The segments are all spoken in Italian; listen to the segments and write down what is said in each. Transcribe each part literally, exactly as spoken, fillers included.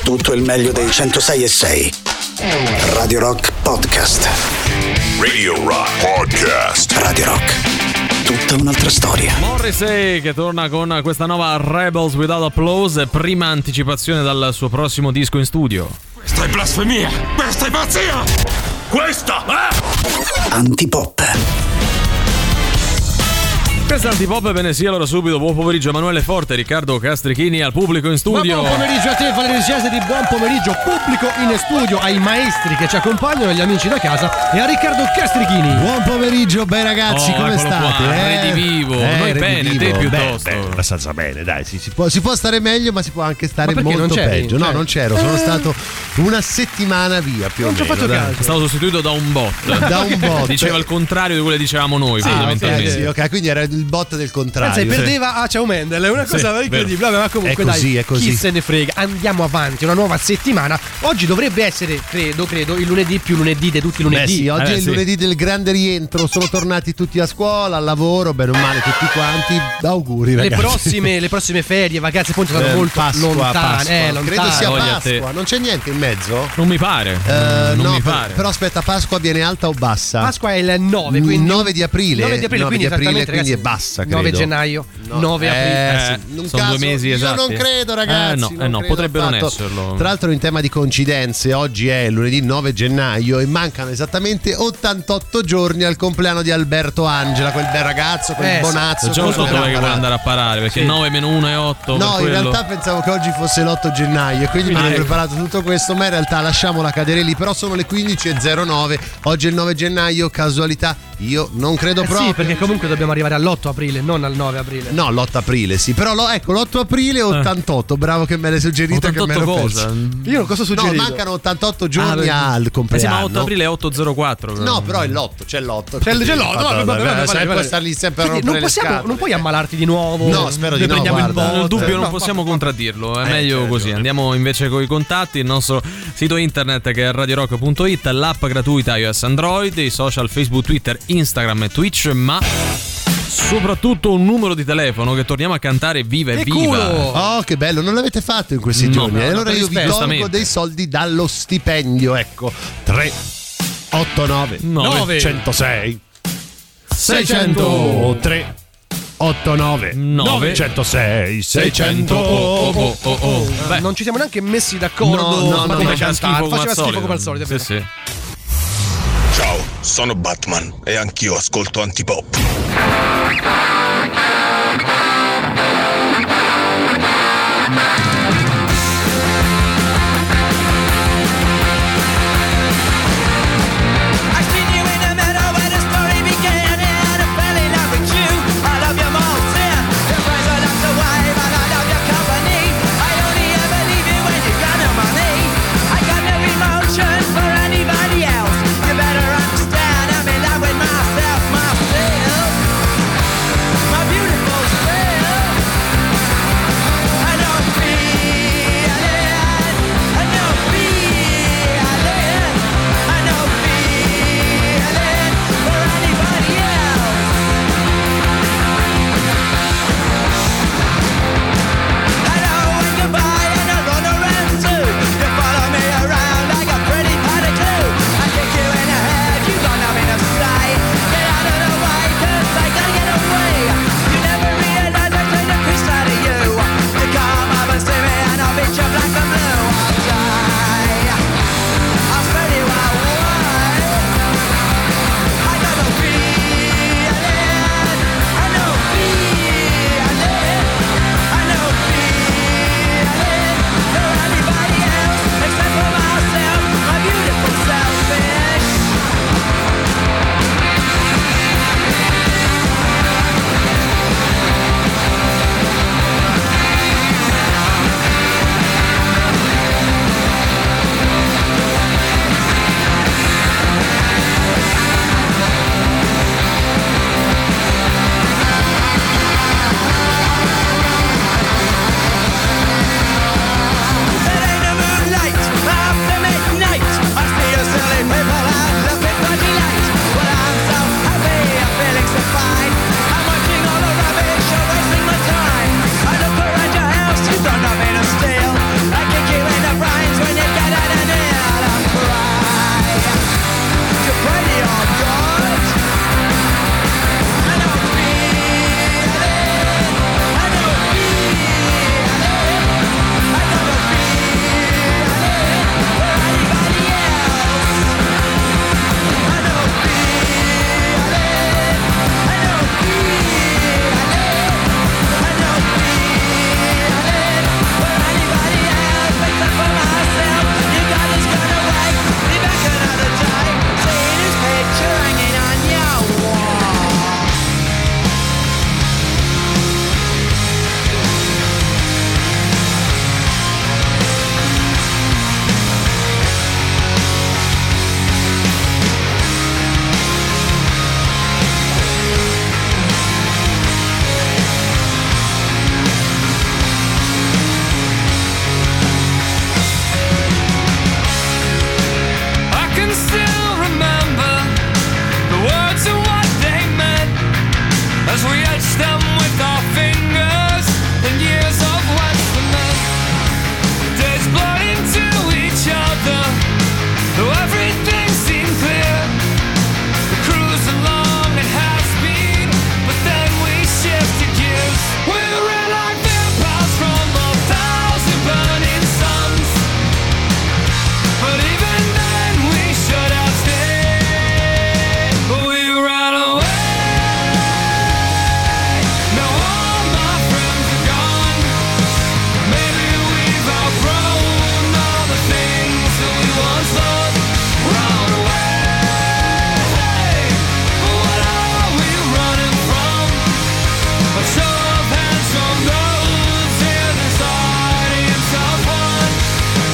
tutto il meglio dei centosei e sei. Radio Rock Podcast. Radio Rock Podcast. Radio Rock. Tutta un'altra storia. Morrissey che torna con questa nuova Rebels Without Applause, prima anticipazione dal suo prossimo disco in studio. Questa è blasfemia! Questa è pazzia! Questa è... Antipop. Questa è Antipop, bene sia, allora subito buon pomeriggio Emanuele Forte, Riccardo Castrichini al pubblico in studio. Ma buon pomeriggio a te Valerio Cesari, buon pomeriggio pubblico in studio, ai maestri che ci accompagnano, agli amici da casa e a Riccardo Castrichini. Buon pomeriggio, bei ragazzi, oh, come state? Qua, eh? Redivivo, eh, noi bene, te piuttosto. Beh, beh, abbastanza bene, dai, si, si, può, si può stare meglio, ma si può anche stare molto non peggio. No, cioè... non c'ero, sono stato una settimana via più non o meno. Non ci ho fatto caso. È stato sostituito da un bot. Da un bot. Diceva il contrario di quello che dicevamo noi, sì, fondamentalmente. Okay, sì, ok, quindi era il bot del contrario. Anzi, perdeva a Ciao Mendel, è una cosa sì, incredibile. Vabbè, ma comunque è così, dai, è così. Chi se ne frega, andiamo avanti, una nuova settimana. Oggi dovrebbe essere, credo, credo, il lunedì più lunedì di tutti i lunedì. Beh sì, oggi eh, è il sì. lunedì del grande rientro, sono tornati tutti a scuola, al lavoro, bene o male tutti quanti. Auguri ragazzi. Le prossime, le prossime ferie, vacanze, appunto, sono Eh, molto Pasqua, lontane. Pasqua. Eh, lontane. Credo sia Voglia a te. Pasqua, non c'è niente in mezzo? Non mi pare. Eh, non no, mi per- pare. però aspetta, Pasqua viene alta o bassa? Pasqua è il nove, quindi nove di aprile. nove di aprile, nove quindi, di aprile, esattamente, quindi è ragazzi, bassa, credo. nove gennaio, No. nove aprile. Eh, Eh, sì. In un sono caso, due mesi io esatti. non credo, ragazzi. Eh, no, non eh, no, credo potrebbe non affatto. esserlo. Tra l'altro, in tema di coincidenze, oggi è lunedì nove gennaio e mancano esattamente ottantotto giorni al compleanno di Alberto Angela, quel bel ragazzo, quel Eh, bonazzo. Già non so che dove andava vuole a andare a parare, perché Sì. nove meno uno è otto. No, in quello... realtà pensavo che oggi fosse l'otto gennaio e quindi mi Ah, ero ecco. preparato tutto questo, ma in realtà lasciamola cadere lì. Però sono le quindici e zero nove, oggi è il nove gennaio, casualità? Io non credo Eh proprio. sì, perché comunque dobbiamo arrivare all'otto aprile, non al nove aprile. No, l'otto aprile, sì. Però lo, ecco, l'otto aprile ottantotto. Bravo che me l'hai suggerito. Che me ottantotto l'ho cosa? perso. Io non cosa ho No, suggerito? mancano ottantotto giorni Ah, al Eh sì, compleanno. ma otto aprile è otto zero quattro. No, però è l'otto, c'è l'otto. C'è, quindi c'è l'otto, fatto- vabbè, vabbè, vabbè, vabbè, sai, vabbè. puoi star lì sempre a Quindi rompere non, le possiamo, scatole. non puoi ammalarti di nuovo. No, spero di ne no, prendiamo il guarda. botto. Nel dubbio No, non no, possiamo no. contraddirlo, è Eh, meglio c'hai così. ragione. Andiamo invece con i contatti, il nostro sito internet che è radio rock punto it, l'app gratuita iOS Android, i social Facebook, Twitter, Instagram e Twitch, ma soprattutto un numero di telefono che torniamo a cantare viva e Che viva. culo! Oh, che bello, non l'avete fatto in questi No, giorni. no, E no, allora per io vi rispetto. tolgo Giustamente. dei soldi dallo stipendio. Ecco, tre otto nove Nove. centosei seicento tre otto nove Nove. centosei seicento. Oh, oh, oh, oh. Beh, Non ci siamo neanche messi d'accordo. No, no, ma no, come no, cantare? schifo come Faceva al schifo solito. come al solito. è Sì, vero. sì. Ciao, sono Batman e anch'io ascolto Antipop. I seen you in the meadow where the story began, and I fell in love with you. I love you most, yeah. Your friends are locked away, but I love your company. I only ever leave you when you got no money. I got no emotion for anybody else. You better understand, I'm in love with myself, myself. My beautiful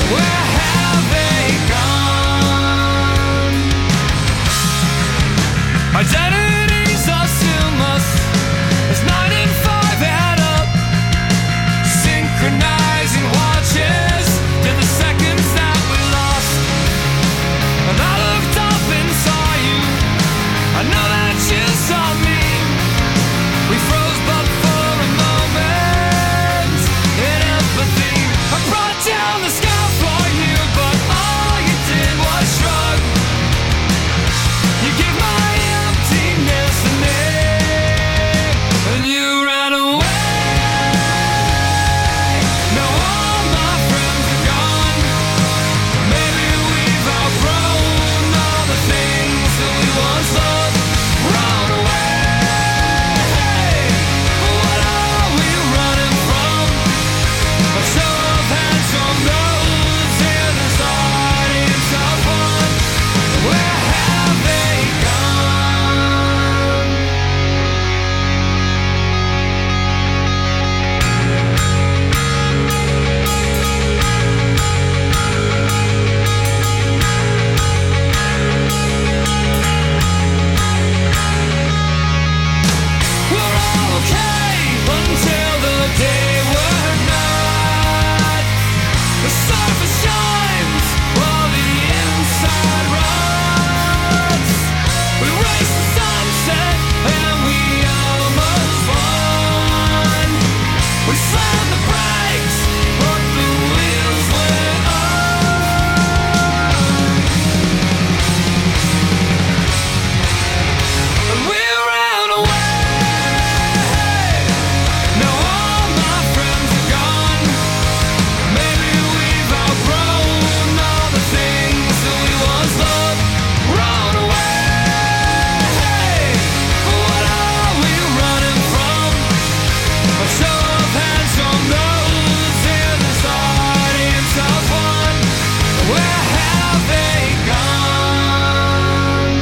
Where have they gone? Identities assume us as nine and five add up, synchronizing watches to the seconds that we lost. And I looked up and saw you, I know that you saw me. We froze but for a moment in empathy. I brought down the sky for you, but all you did was shrug. You gave my emptiness a name, and you ran away. Now all my friends are gone. Maybe we've outgrown all the things that we once loved. Run away. What are we running from? A show of hands from those in this audience of one. Where have they gone? We're all okay until the day we're not. The surface shines while the inside rots. We race the sunset and we almost won. We slammed the brakes, but the wheels went on. And we ran away. Now all my friends are gone. Maybe we've outgrown all the things that we once loved. Run away. What are we running from? A show of hands from those in this audience of one. Where have they gone?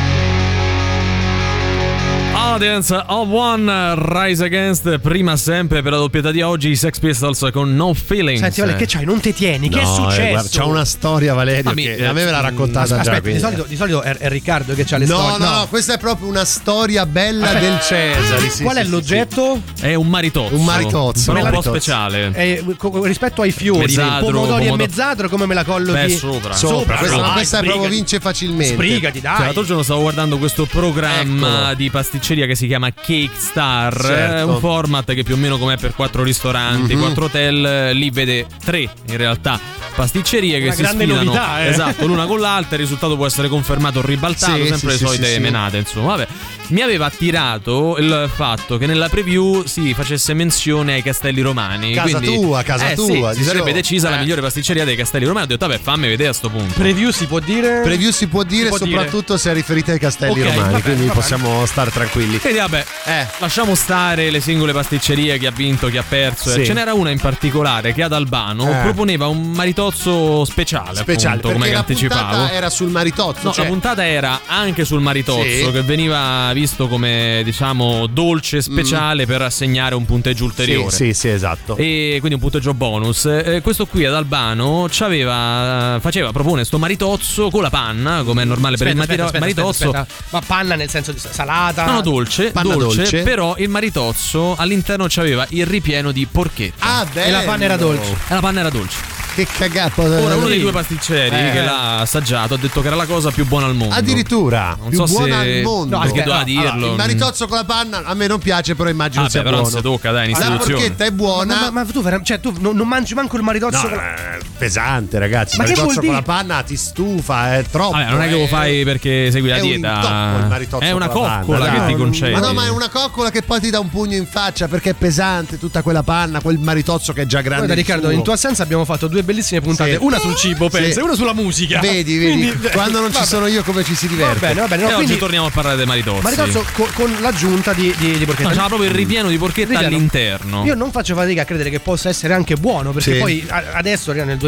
Audience of One, Rise Against, prima sempre per la doppietà di oggi, i Sex Pistols con No Feelings. Senti, Vale, che c'hai? Non te tieni? Che è No, successo? eh, guarda, c'ha una storia, Valerio, Ah, mi- che a me me l'ha raccontata già. Aspetta, di quindi. solito, di solito è, è Riccardo che c'ha le No, storie. no, no, questa è proprio una storia bella del Cesari. sì, Qual sì, è sì, l'oggetto? È un maritozzo. Un maritozzo, Però un po' maritozzo. speciale. Eh, co- rispetto ai fiori, Mezzadro, pomodori pomodoro- e mezzadro, come me la collo Beh, di sopra. sì. Sopra, questa, dai, questa proprio sbrigati. vince facilmente. Sbrigati, dai. Cioè, l'altro giorno stavo guardando questo programma Eccolo. di pasticceria che si chiama Cake Star. Certo. È un format che più o meno come per quattro ristoranti, Mhm. quattro hotel. eh, Lì vede tre in realtà pasticcerie che Una si grande sfidano novità, eh. esatto, l'una con l'altra. Il risultato può essere confermato o ribaltato, Sì, sempre sì, le sì, solite sì, sì. menate. Insomma, vabbè. Mi aveva attirato il fatto che nella preview si facesse menzione ai Castelli Romani. Casa quindi, tua, casa eh, tua, sì, si dicevo. sarebbe decisa la Eh. migliore pasticceria dei Castelli Romani. Ho detto, vabbè, fammi vedere a sto punto. Preview si può dire? Preview si può dire, può soprattutto se è riferita ai Castelli Ok, Romani, vabbè, quindi va bene. possiamo stare tranquilli. Quindi vabbè, Eh. lasciamo stare le singole pasticcerie, chi ha vinto, chi ha perso. Sì. Ce n'era una in particolare che ad Albano Eh. proponeva un maritozzo speciale, Speciale, appunto, come perché la anticipavo. puntata era sul maritozzo. No, cioè- la puntata era anche sul maritozzo, Sì. che veniva visto come, diciamo, dolce speciale per assegnare un punteggio ulteriore. Sì, sì, sì, esatto. E quindi un punteggio bonus. Eh, questo qui ad Albano c'aveva, faceva, propone sto maritozzo con la panna, come è normale per il Aspetta, matiro- aspetta, aspetta, maritozzo. aspetta. Ma panna nel senso di salata? No, no, dolce, Panna dolce, dolce. però il maritozzo all'interno c'aveva il ripieno di porchetta. Ah, bello. E la panna era dolce. E la panna era dolce. Che cagata. Ora uno dei due pasticceri Eh. che l'ha assaggiato ha detto che era la cosa più buona al mondo. Addirittura Non più so buona se- al mondo. No, perché aspetta, doveva allora, dirlo. Il maritozzo con la panna a me non piace, però immagino Vabbè, sia però non buono. si tocca, dai, in La istituzione. porchetta è Ma, buona. ma- ma tu, vera- cioè, tu non, non mangi manco il maritozzo No, con la... è pesante, ragazzi. Ma Il che vuol maritozzo con dire? la panna ti stufa, è troppo. Vabbè, non è che lo fai perché segui la è un dieta. intoppo il maritozzo È una con la panna, coccola dai. che ti No, concedi. Ma no, ma è una coccola che poi ti dà un pugno in faccia perché è pesante tutta quella panna, quel maritozzo che è già grande. Guarda il Riccardo, suo. in tua assenza abbiamo fatto due bellissime puntate, Sì. una sul cibo, Sì. pensa, e una sulla musica. Vedi, vedi, Quindi- quando non ci vabbè. sono io come ci si Va diverte. bene, va bene. E No, oggi quindi torniamo a parlare dei maritozzi. maritozzo co- con l'aggiunta di, di, di porchetta. No, c'era proprio il ripieno di porchetta Ripieno. all'interno. Io non faccio fatica a credere che possa essere anche buono, perché Sì. poi a- adesso nel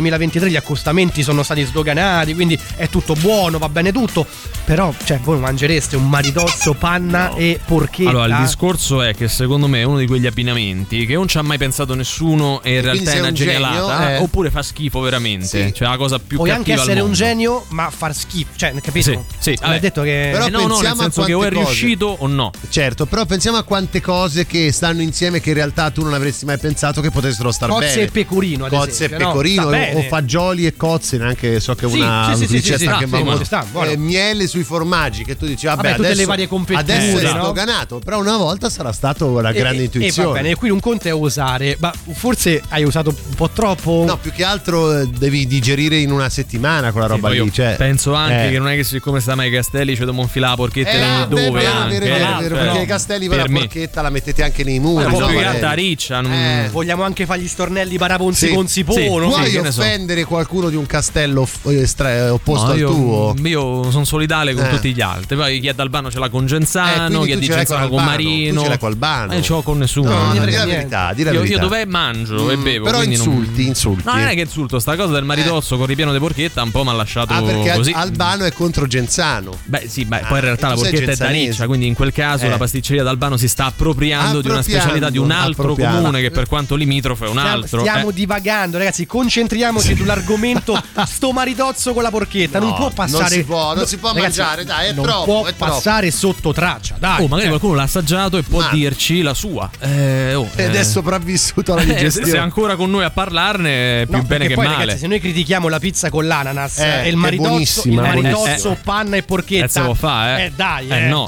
duemilaventitré gli accostamenti sono stati sdoganati, quindi è tutto buono, va bene tutto, però cioè voi mangereste un maritozzo, panna No. e porchetta? Allora, il discorso è che secondo me è uno di quegli abbinamenti che non ci ha mai pensato nessuno e in E quindi realtà è sei una un genio, genialata, eh. oppure fa schifo veramente. Sì. Cioè, la cosa più Puoi cattiva anche essere al un mondo. genio ma far schifo, cioè capito? Sì, sì, Non è vabbè. detto che Però Eh no, no, nel pensiamo a senso che o è quante cose. riuscito o no. Certo, però pensiamo a quante cose che stanno insieme che in realtà tu non avresti mai pensato che potessero star cozze bene. e pecorino, ad Cozze esempio, e no? pecorino Sta o, bene. o fagioli e cozze, neanche so che è Sì, una sì, sì, sì, ricetta sì, che sì, va sì, buona. ci sta, buono. Eh, miele sui formaggi che tu dici vabbè, Vabbè, tutte adesso, le varie confetture, adesso è no? sdoganato, però una volta sarà stato una E- grande e- intuizione. E va bene, e qui un conto è osare, ma forse hai usato un po' troppo. No, più che altro eh, devi digerire in una settimana quella Sì, roba poi io lì. Cioè, penso anche eh. che non è che siccome sta mai Castelli ci dobbiamo infilare la porchetta Eh, in ogni beh, dove vero, anche. vero, vero, eh, vero, però perché i castelli voi per la me porchetta la mettete anche nei muri. un no, po' più che Valerio? alta riccia non... Eh. Vogliamo anche fare gli stornelli paraponzi Sì, con sipono. sì. Vuoi che ne so. offendere qualcuno di un castello f- eh, stra- opposto No, al io, tuo? io sono solidale con Eh. tutti gli altri. Poi chi è d'Albano ce l'ha con Eh, Genzano, quindi chi è tu di ce l'hai Genzano con con Albano, Marino. tu ce l'hai con Albano. Eh, non ce l'ho con nessuno. No, non no, ne di frega la niente. verità, di la io, verità. io dov'è mangio e bevo. Però quindi non- insulti, insulti. No, non è che insulto, sta cosa del maritozzo con ripieno di porchetta un po' mi ha lasciato Ah, perché così. Albano è contro Genzano. Beh, sì, beh, Ah, poi in realtà e la tu sei porchetta è da genzanese. riccia, quindi in quel caso Eh. la pasticceria d'Albano si sta appropriando di una Appropriando, specialità di un altro appropriando. comune che per quanto limitrofe è un Stiamo, altro. stiamo eh. divagando, ragazzi. Concentriamoci sull'argomento. Sto maritozzo con la porchetta. non No, può passare. non si può, non si può Ragazzi, mangiare, dai, è non troppo, può è troppo. passare sotto traccia. Dai, Oh, magari cioè, qualcuno l'ha assaggiato e può Ma- dirci la sua. Eh, oh, Ed eh. è sopravvissuto alla Eh, se digestione. sei ancora con noi a parlarne, più no, bene perché che poi, male. ragazzi, se noi critichiamo la pizza con l'ananas Eh, e il che è maritozzo, il buonissima, eh. maritozzo, Eh, eh. panna e porchetta. Eh, se lo fa, eh. Eh, dai, eh. eh. no.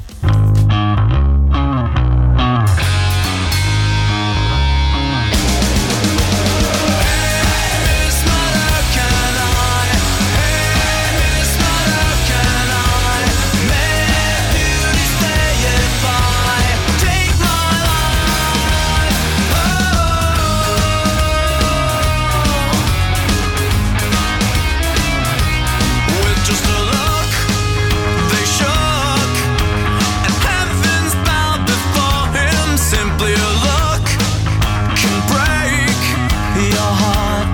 Just a look, they shook, and heavens bowed before him. Simply a look can break your heart.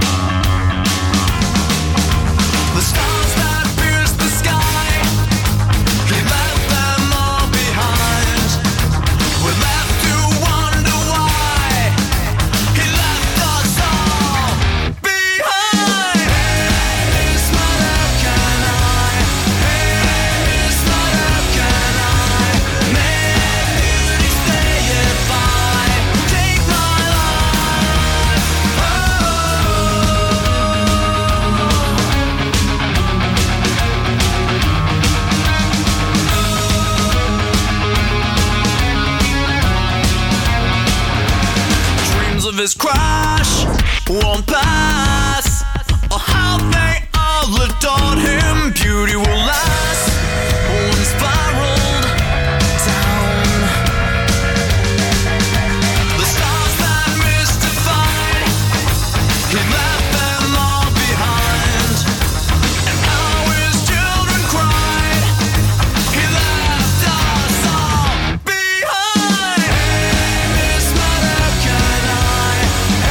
The stars that pierce the sky, he left them all behind. We're left to wonder why he left us all behind. Hey, smile, can I? Hey, smile, can I? Make beauty stay if I take my life. Dreams of his crash won't pass. Oh, how they all adored him. Beauty will last when spiraled down. The stars that mystified, he left them all behind. And how his children cried, he left us all behind. Hey, smile, can I?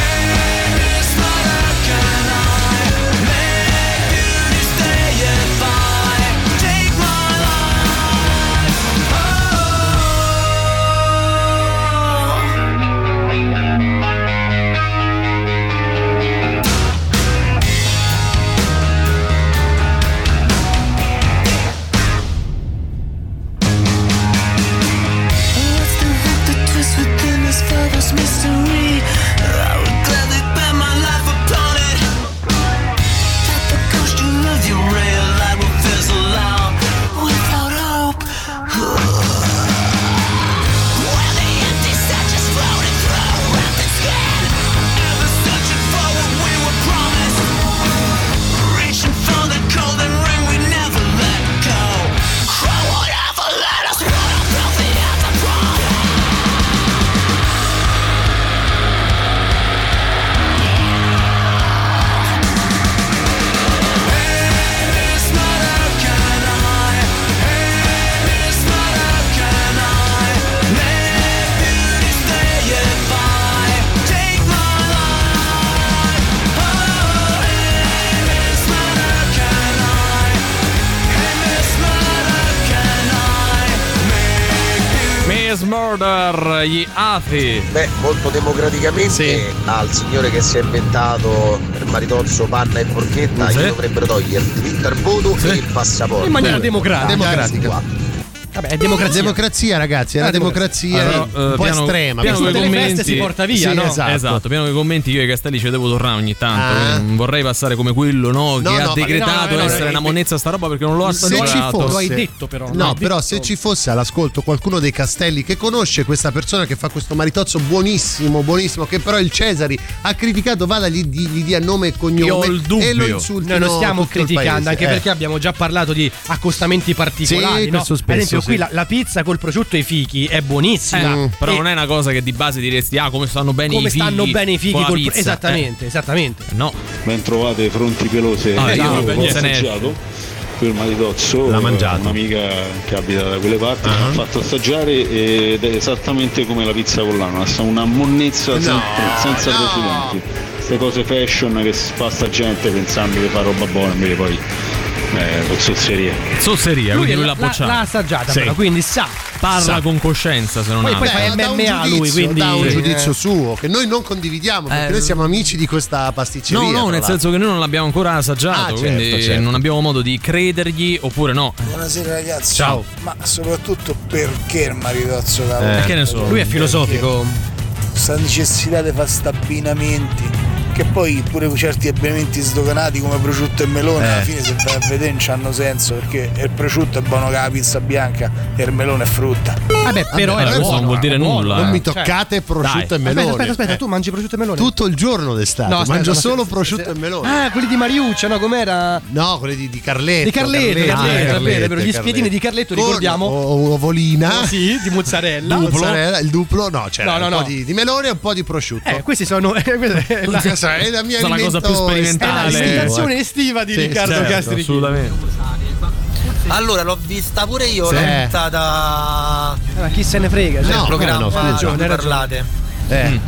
Order, gli Afi. Beh, molto democraticamente Sì. al signore che si è inventato il maritozzo, panna e porchetta Sì. gli dovrebbero togliere l'Intervoto Sì. e il passaporto. In maniera Beh, democratica. democratica. Vabbè, è democrazia. Democrazia, ragazzi, è una Ah, democrazia Allora, un eh, po' piano- estrema. piano questa coi Tutte le commenti. feste si porta via, Sì, no? esatto. Esatto, piano con i commenti io e Castelli ci devo tornare ogni tanto. Ah. quindi Non vorrei passare come quello, no? No, che no, ha ma- decretato no, no, no, essere no, una no, monnezza sta roba perché non l'ho Se ci assaggiato. fosse, Lo hai detto, però, no, lo hai però detto. se ci fosse all'ascolto qualcuno dei Castelli che conosce questa persona che fa questo maritozzo buonissimo, buonissimo, che però il Cesari ha criticato, vada gli, di- gli dia nome e cognome Io ho il dubbio. e lo insulti. Noi non stiamo tutto il criticando, paese. anche Eh. perché abbiamo già parlato di accostamenti particolari. Sì, no? questo Ad spesso, esempio, qui sì. la, la pizza col prosciutto e i fichi è buonissima. Mm. Però E non è una cosa che di base diresti, ah, come stanno bene come i fighi. stanno bene i fichi con la col pizza. esattamente, esattamente. Eh, no. Ben trovate fronti pelose. Ah, io ciao, ho Daniele. assaggiato quel maritozzo. L'ha mangiato. Un'amica che abita da quelle parti mi ha fatto assaggiare ed è esattamente come la pizza con l'ano, una monnezza No, sen- senza no. precedenti. Queste cose fashion che spassa gente pensando di fare roba buona, invece poi eh, con zozzeria. Zozzeria, quindi lui l'ha l'ha, bocciata. l'ha assaggiata, Sì. però, quindi sa. Parla sa. con coscienza, se non Poi- altro. poi fa Beh, dà un M M A lui, giudizio, quindi- dà un Sì. giudizio Eh. suo che noi non condividiamo perché Eh, noi siamo amici di questa pasticceria. No, no, tra nel l'altro. senso che noi non l'abbiamo ancora assaggiato, Ah, certo, quindi certo. non abbiamo modo di credergli oppure no. Buonasera ragazzi. Ciao. Ma soprattutto perché il maritozzo cavolo? Eh. Che ne so. Lui è filosofico. Questa necessità di fare sta abbinamenti. Che poi pure certi abbinamenti sdoganati come prosciutto e melone Eh. alla fine se vai a vedere non c'hanno senso perché il prosciutto è buono che la pizza bianca e il melone è frutta. Vabbè, però Vabbè, è questo buono, non vuol dire è buono. nulla, Non eh. mi toccate prosciutto Dai. e melone. Aspetta, aspetta, aspetta, Eh. tu mangi prosciutto e melone? Tutto il giorno d'estate, No, aspetta, mangio ma solo se- prosciutto se- e melone. Ah, quelli di Mariuccia, no? Com'era? No, quelli di, di Carletto. Di Carletto, Carletto, Carletto, ah, è vero, è vero, gli Carletto. spiedini di Carletto, Con ricordiamo. o- Ovolina. Sì, di mozzarella. Mozzarella, il duplo, no, c'era No, no, un no. po' di, di melone e un po' di prosciutto. Eh, questi sono eh, questa è la, Questa è la mia Questa è la cosa più alimento sperimentale. è la Tale. citazione estiva di Sì, Riccardo Certo, Castrichini. assolutamente. Allora, l'ho vista pure io, Sì. l'ho vista da Ma chi se ne frega? cioè, No, il programma no, scusa. di Hai ragione, cui hai ragione. parlate. Eh.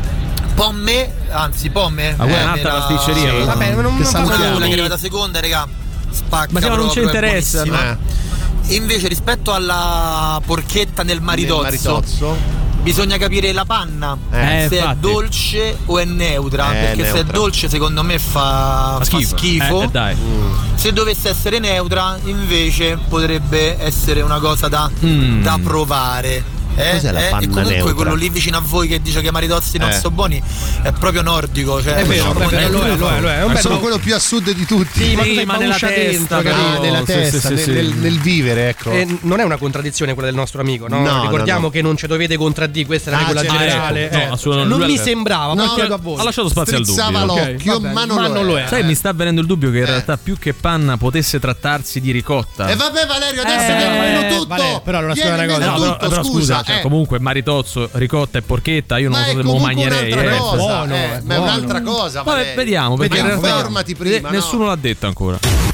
Pomme, anzi pomme. Ma quella è eh, un'altra era- pasticceria. Sì. Vabbè, non, non Che fa salutiamo. Quella male. che è arrivata seconda, raga. Spacca Ma se no non ci proprio, è interessa, buonissima. Eh. Invece rispetto alla porchetta nel maritozzo, Nel maritozzo. bisogna capire la panna, Eh, se è infatti. dolce o è neutra, Eh, perché se è neutra. dolce secondo me fa, Fa fa schifo. schifo. Eh, eh, dai. Se dovesse essere neutra, invece potrebbe essere una cosa da, Mm. da provare. Eh? Cos'è la Eh? panna E comunque neutra? quello lì vicino a voi che dice che i maritozzi non Eh. sono buoni è proprio nordico. Cioè, È vero, no, è vero, lo è, lo è, lo è. È un Ma bel sono mo- quello più a sud di tutti. Sì, ma Sì, cosa ma fa nella uscia testa, dentro, però. Ah, capito? nella sì, testa, sì, nel, sì. nel- nel vivere, ecco. Eh, non è una contraddizione quella del nostro amico, no? No, Ricordiamo no, no. che non ci dovete contraddire, questa è la Ah, regola certo. generale. Ah, ecco. No, eh. assolutamente. non Lui mi ha- sembrava, poi No, chiedo a voi. ha lasciato spazio al dubbio. Strizzava Ok, l'occhio, vabbè, ma non ma lo non lo è. è. Sai, mi sta venendo il dubbio che in realtà più che panna potesse trattarsi di ricotta. E vabbè Valerio, adesso Eh, vieni vabbè, meno tutto. vabbè, però allora, Vieni scusa una cosa. meno No, però, tutto, però scusa, scusa, cioè, eh. comunque maritozzo, ricotta e porchetta, io non Ma so è se me lo comunque mangerei. un'altra eh. cosa, buono, eh, è ma è buono. un'altra cosa. Vabbè, Valerio. vediamo, perché in Vediamo, realtà informati prima, ne- no? nessuno l'ha detto ancora.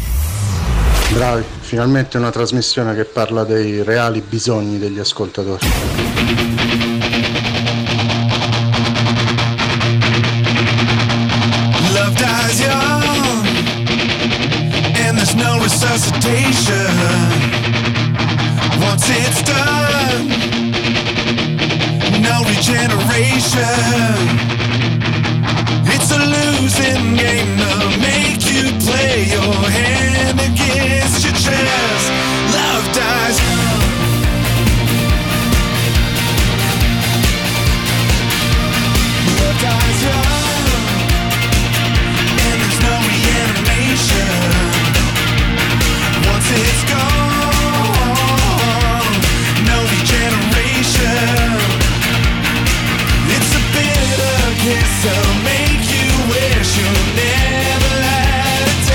Bravi, finalmente una trasmissione che parla dei reali bisogni degli ascoltatori. Love dies young, and there's no resuscitation. Once it's done, no regeneration. It's a losing game to make you play your hand against your chest. Love dies young. Love dies young, and there's no reanimation. Once it's gone, no regeneration. It's a bitter kiss that'll make you wish you'll never let it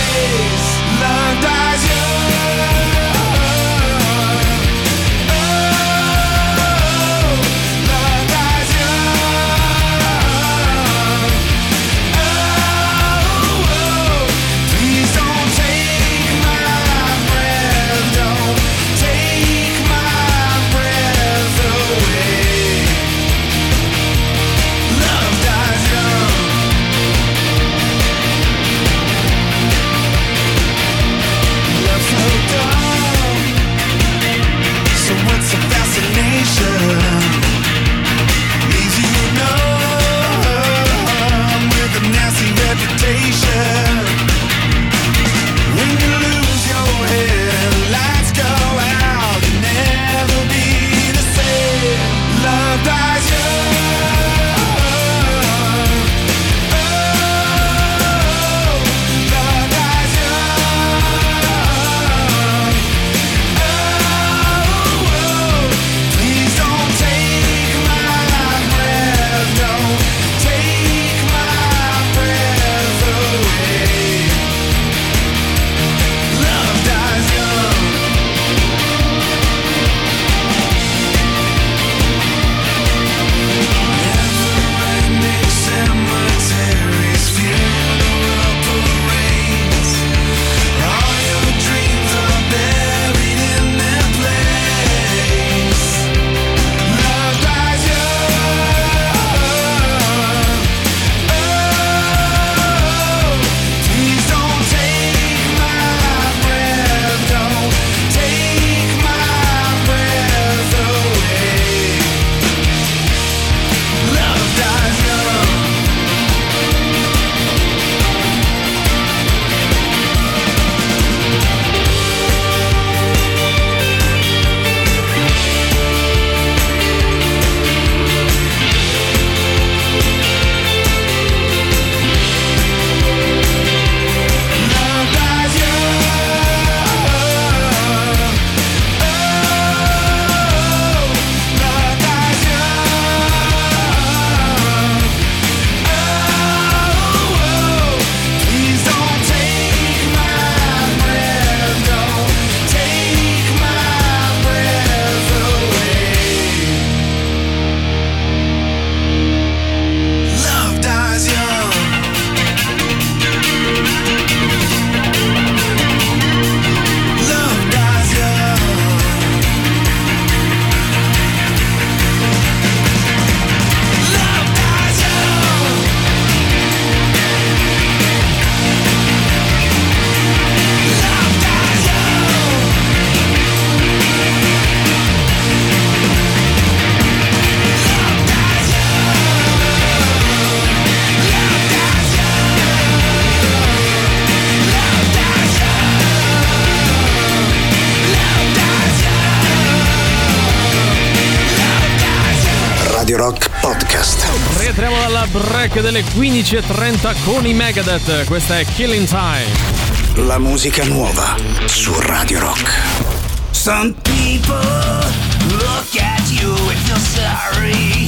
Radio Rock Podcast. Rientriamo dalla break delle quindici e trenta con i Megadeth. Questa è Killing Time. La musica nuova su Radio Rock. Some people look at you and feel sorry.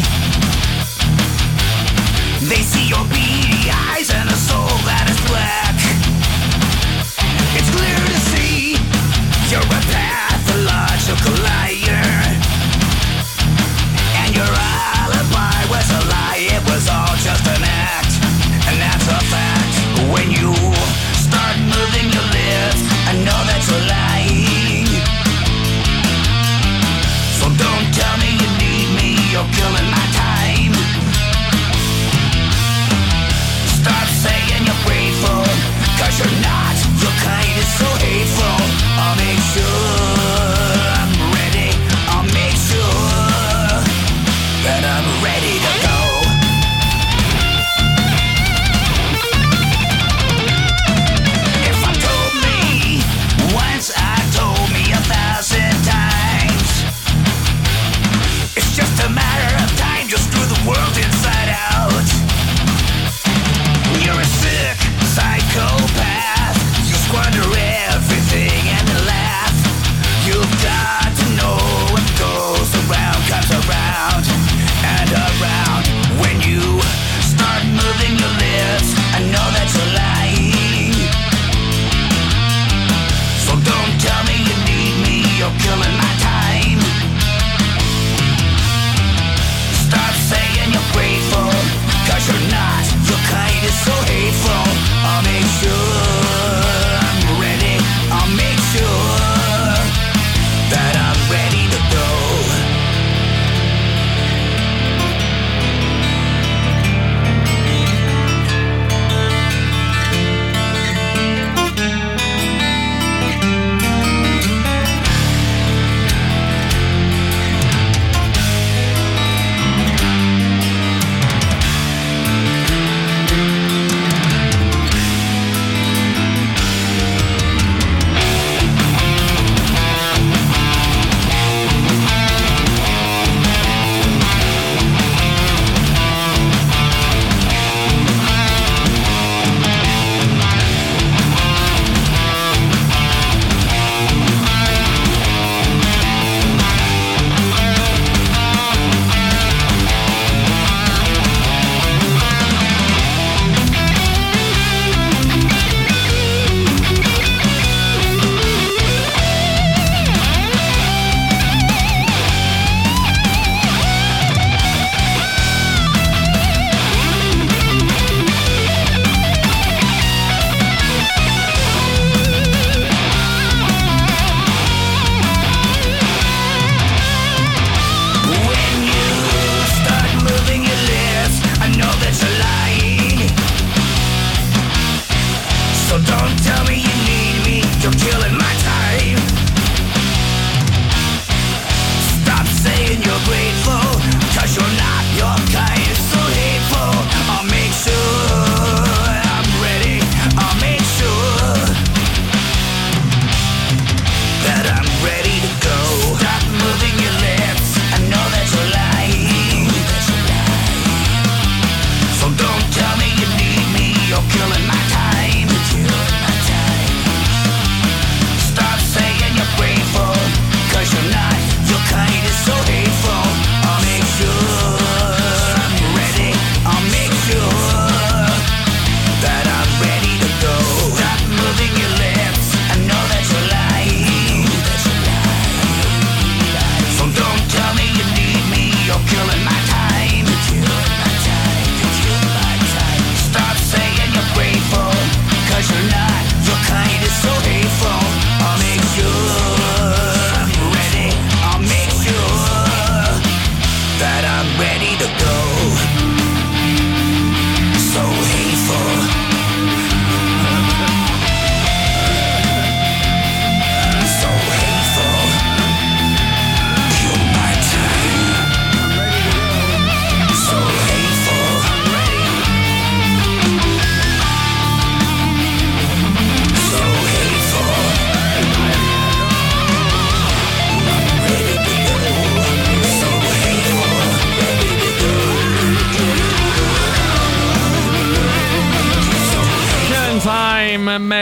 They see your beady eyes and a soul that is black. It's clear to see you're a pathological liar. And your alibi was a lie, it was all just an act. And that's a fact. When you start moving your lips, I know that you're lying. So don't tell me you need me, you're killing my time. Start saying you're grateful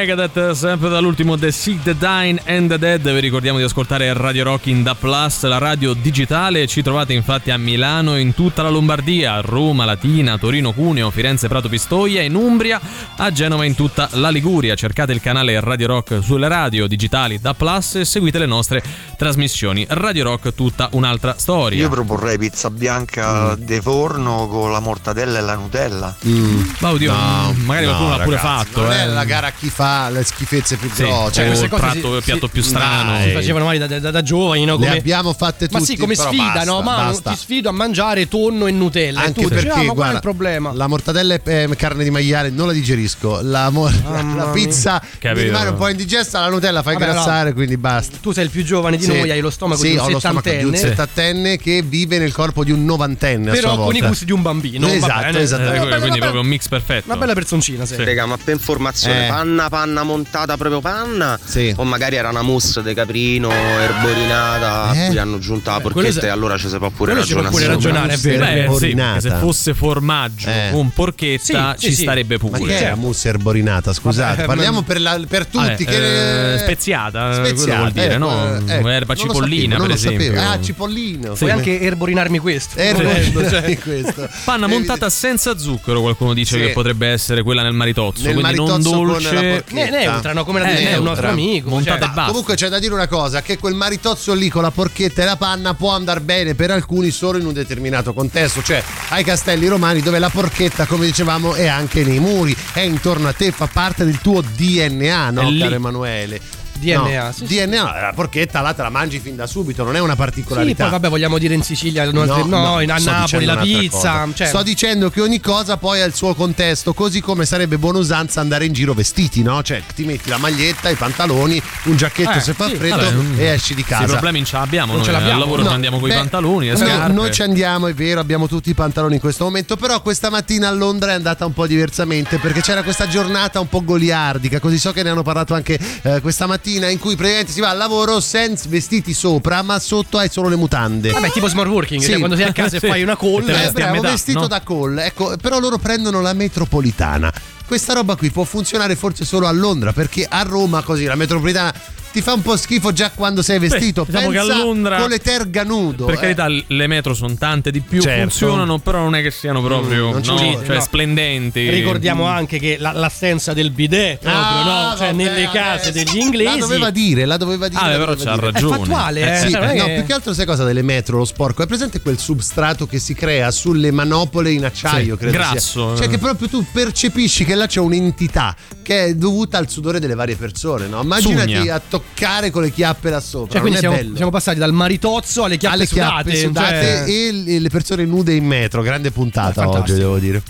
Megadeth, sempre dall'ultimo The Sick, The Dying and The Dead. Vi ricordiamo di ascoltare Radio Rock in D A B plus, la radio digitale. Ci trovate infatti a Milano e in tutta la Lombardia, a Roma, Latina, Torino, Cuneo, Firenze, Prato, Pistoia, in Umbria, a Genova e in tutta la Liguria. Cercate il canale Radio Rock sulle radio digitali D A B plus e seguite le nostre trasmissioni. Radio Rock, tutta un'altra storia. Io proporrei pizza bianca mm. de forno con la mortadella e la Nutella. Mm. Ma oddio, no, magari no, qualcuno l'ha pure ragazzi, fatto. Non eh. è la gara a chi fa le schifezze più sì, grosse. cioè, queste il cose prato, si, piatto si, più strano. Si facevano magari da, da, da giovani, no? Come, le abbiamo fatte tutti. Ma sì, come sfida, basta, no? Ma basta. ti sfido a mangiare tonno e Nutella. Anche e tu perché, dici, ah, ma guarda, qual è il problema? La mortadella e eh, carne di maiale non la digerisco. La, mo- la, la pizza mi rimane un po' indigesta. La Nutella fa ingrassare, no. Quindi basta. Tu sei il più giovane di sì. noi, hai lo stomaco sì, di un ho lo stomaco di un settantenne che vive nel corpo di un novantenne. Però a sua con volta. i gusti di un bambino. Esatto, esatto. Eh, quindi bella, proprio un mix perfetto. Una bella personcina, sì. Sì. Raga, ma per informazione, eh. panna panna montata proprio panna? Sì. O magari era una mousse de caprino erborinata eh. a cui hanno aggiunta la porchetta e allora ci si può pure ragionare. Pure ragionare, è vero. Beh, sì, se fosse formaggio eh. con porchetta sì, ci sì, starebbe pure. Ma che è la mousse erborinata? Scusate, Vabbè, parliamo ma... per, la, per tutti. Vabbè, che... eh, speziata, speziata, quello vuol dire, eh, no? Eh, Erba cipollina, sapevo, per esempio. Ah, cipollino. Puoi come... anche erborinarmi questo. Erborinarmi cioè. questo. Panna montata senza zucchero, qualcuno dice sì. che potrebbe essere quella nel maritozzo, nel quindi maritozzo non dolce. Ne, neutra, no? Come la dice eh, un nostro amico. Montata cioè, e basta. Comunque c'è da dire una cosa, che quel maritozzo lì con la porchetta e la panna può andare bene per alcuni solo in un determinato contesto, cioè ai Castelli Romani, dove la porchetta, come dicevamo, è anche nei muri, è intorno a te, fa parte del tuo D N A, no, caro Emanuele? D N A, no, sì, D N A, sì. La porchetta là te la mangi fin da subito, non è una particolarità. Sì, poi vabbè, vogliamo dire in Sicilia, no, no, no, a Napoli la pizza. Cioè... Sto dicendo che ogni cosa poi ha il suo contesto, così come sarebbe buona usanza andare in giro vestiti, no? Cioè ti metti la maglietta, i pantaloni, un giacchetto eh, se fa sì, freddo vabbè, e esci di casa. I problemi non ce l'abbiamo, non noi ce l'abbiamo. al lavoro no, ci andiamo con i pantaloni, le no, scarpe. Noi ci andiamo, è vero, abbiamo tutti i pantaloni in questo momento, però questa mattina a Londra è andata un po' diversamente, perché c'era questa giornata un po' goliardica, così so che ne hanno parlato anche eh, questa mattina, in cui praticamente si va al lavoro senza vestiti sopra, ma sotto hai solo le mutande. Vabbè, tipo smart working, sì. cioè quando sei a casa sì. e fai una call, eh, a bravo, metà, vestito no? da call, ecco, però loro prendono la metropolitana. Questa roba qui può funzionare forse solo a Londra, perché a Roma così la metropolitana ti fa un po' schifo già quando sei vestito. Beh, diciamo pensa che a Londra, con le terga nudo. Per eh. carità, le metro sono tante di più, certo. funzionano, però non è che siano proprio mm, no, ci, cioè no. splendenti. Ricordiamo anche che la, l'assenza del bidet proprio, ah, no? Cioè vabbè, nelle case vabbè, degli inglesi. La doveva dire, la doveva dire. Ah, la però doveva c'ha dire. ragione. È fattuale, eh. Eh, sì, cioè, no, che... più che altro sai cosa delle metro, lo sporco. È presente quel substrato che si crea sulle manopole in acciaio, sì, credo grasso. sia. Cioè che proprio tu percepisci che là c'è un'entità che è dovuta al sudore delle varie persone, no? Immaginati Sugna. a toccare con le chiappe là sopra. Cioè, quindi non è siamo, bello. siamo passati dal maritozzo alle chiappe alle chiappe sudate, sudate cioè... e le persone nude in metro. Grande puntata Fantastico. oggi, devo dire.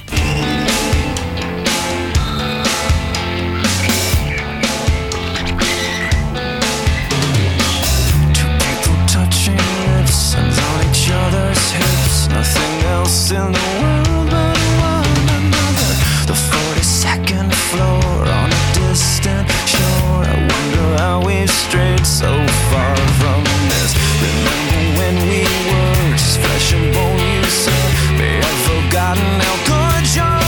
In the world but one another. The forty-second floor on a distant shore. I wonder how we've strayed so far from this. Remember when we were just flesh and bone, you said. May have forgotten how good your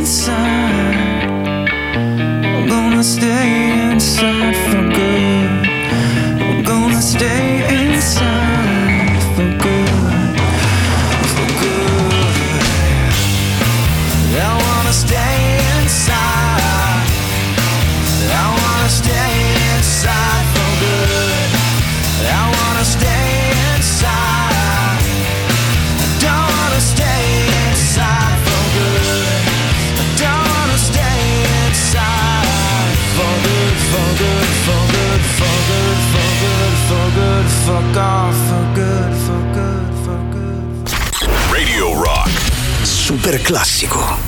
inside. I'm gonna stay inside for good. I'm gonna stay inside for good, for good. I wanna stay inside. I wanna stay inside for good. I wanna stay inside. I don't wanna stay inside for good. I don't wanna stay inside for good, for good, for good, for good, for good, for good, fuck off, for good, for good, for good. Radio Rock. Super classico.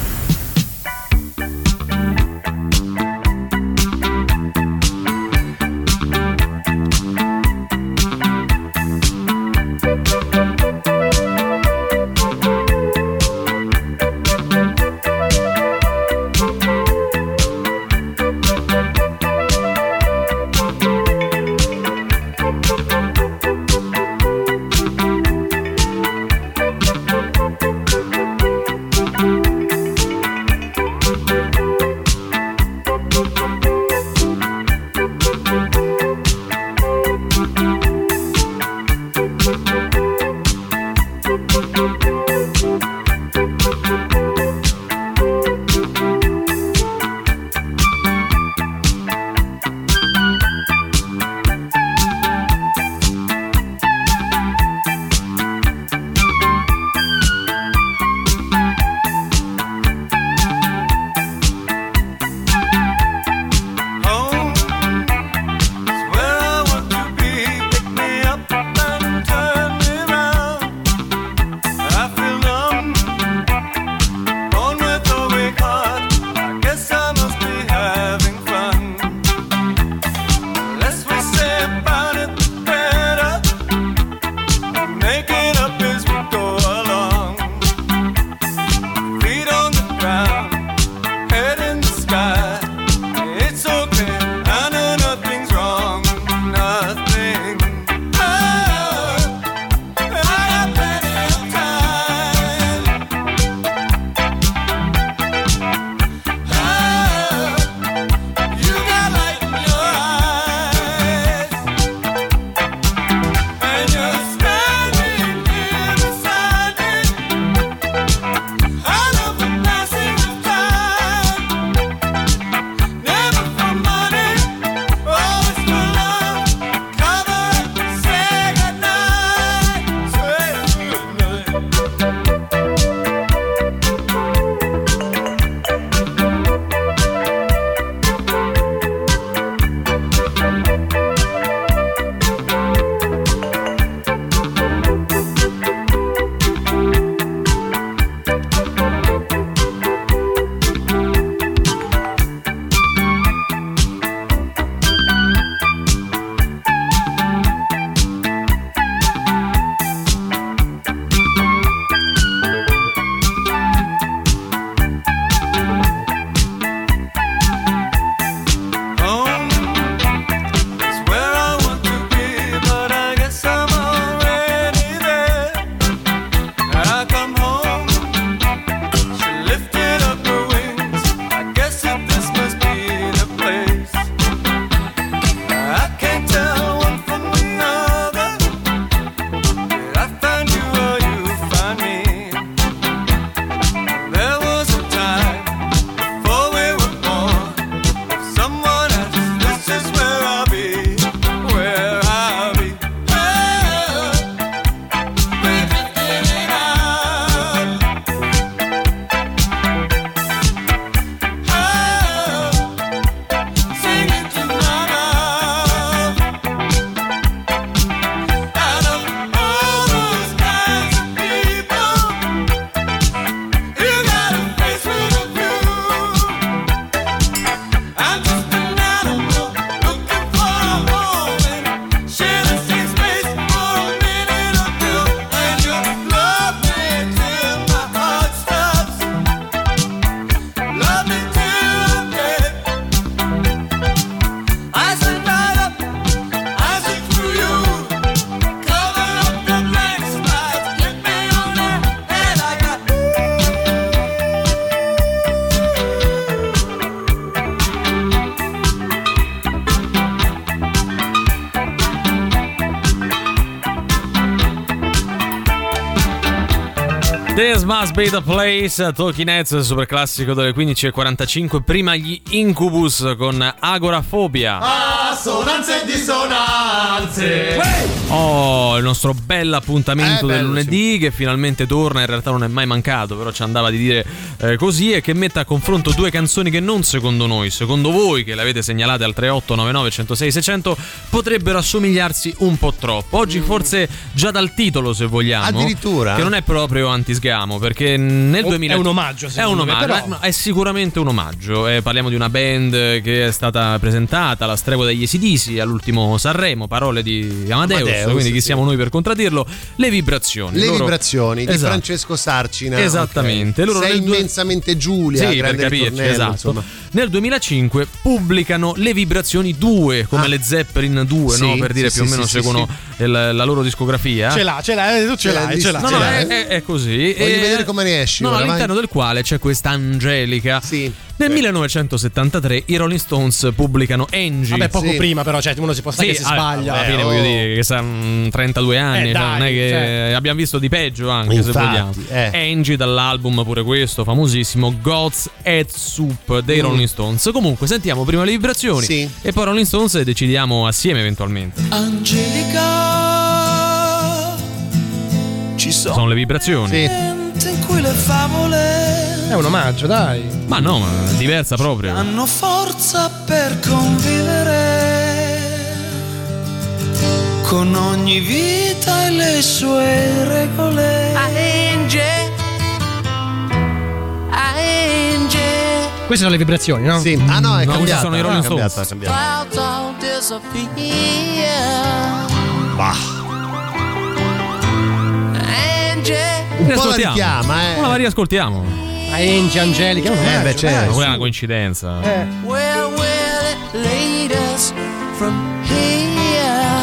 This Must Be The Place, Talking Heads, super classico delle quindici e quarantacinque. Prima gli Incubus con Agorafobia. Assonanze e dissonanze. Oh, il nostro bell'appuntamento Eh, del bello, lunedì sì. che finalmente torna. In realtà non è mai mancato, però ci andava di dire eh, così. E che mette a confronto due canzoni che non secondo noi, secondo voi che le avete segnalate al tre otto nove nove uno zero sei sei zero zero, potrebbero assomigliarsi un po' troppo. Oggi forse già dal titolo, se vogliamo, Addirittura? che non è proprio antisgamo, perché nel Oh, duemila è un omaggio, è un secondo me, omaggio, però- eh, no, è sicuramente un omaggio. Eh, parliamo di una band che è stata presentata alla stregua degli A C D C all'ultimo Sanremo, parole di Amadeus, Amadeus, quindi chi sì. siamo noi per contraddirlo? Le vibrazioni. Le Loro- vibrazioni di Esatto. Francesco Sarcina. Esattamente. Ok. Loro Sei nel due- immensamente Giulia, sì, per grande capirci, ritornello, esatto. insomma. Nel duemilacinque pubblicano Le Vibrazioni due, come Ah. le Zeppelin due, Sì, no? Per dire sì, più sì, o meno sì, seguono il- la loro discografia. Ce l'ha, ce l'ha, eh, tu ce Ce l'hai, l'hai, ce l'ha. No, ce no, l'hai. è, è- è così. Voglio E- vedere come ne esci No, ora, all'interno vai. del quale c'è questa Angelica. Sì. Nel millenovecentosettantatré i Rolling Stones pubblicano Angie. Vabbè, poco Sì. prima, però, cioè, uno si può stare Sì, che si ah, sbaglia. alla fine oh. voglio dire che sono trentadue anni, Eh, cioè, dai, non è che cioè. abbiamo visto di peggio anche, Infatti, se vogliamo. eh. Angie dall'album pure questo famosissimo God's Head Soup dei Mm. Rolling Stones. Comunque sentiamo prima le vibrazioni Sì. e poi Rolling Stones decidiamo assieme eventualmente. Angelica, ci sono Sono le vibrazioni. Sì. momenti in cui le favole È un omaggio, dai. Ma no, ma è diversa proprio. hanno forza per convivere con ogni vita e le sue regole. Angel, Angel, Queste sono le vibrazioni, no? Sì. Ah no, è No, cambiata. questi sono i Rolling è cambiata, Stones. è cambiata. clouds all disappear. Bah. Angel, Un po' la Riascoltiamo. richiama, eh. Ma la riascoltiamo. A Angie, Angelica, è un Eh, omaggio, beh, certo. Ma dai. quella è una coincidenza. Eh. where will it lead us from here?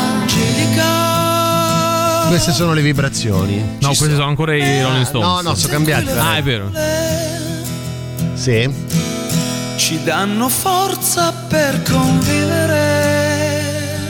Angelica, Queste sono le vibrazioni. No, questi sono ancora i Rolling Stones. No, no, sono cambiati. Ah, è vero. Sì. ci danno forza per convivere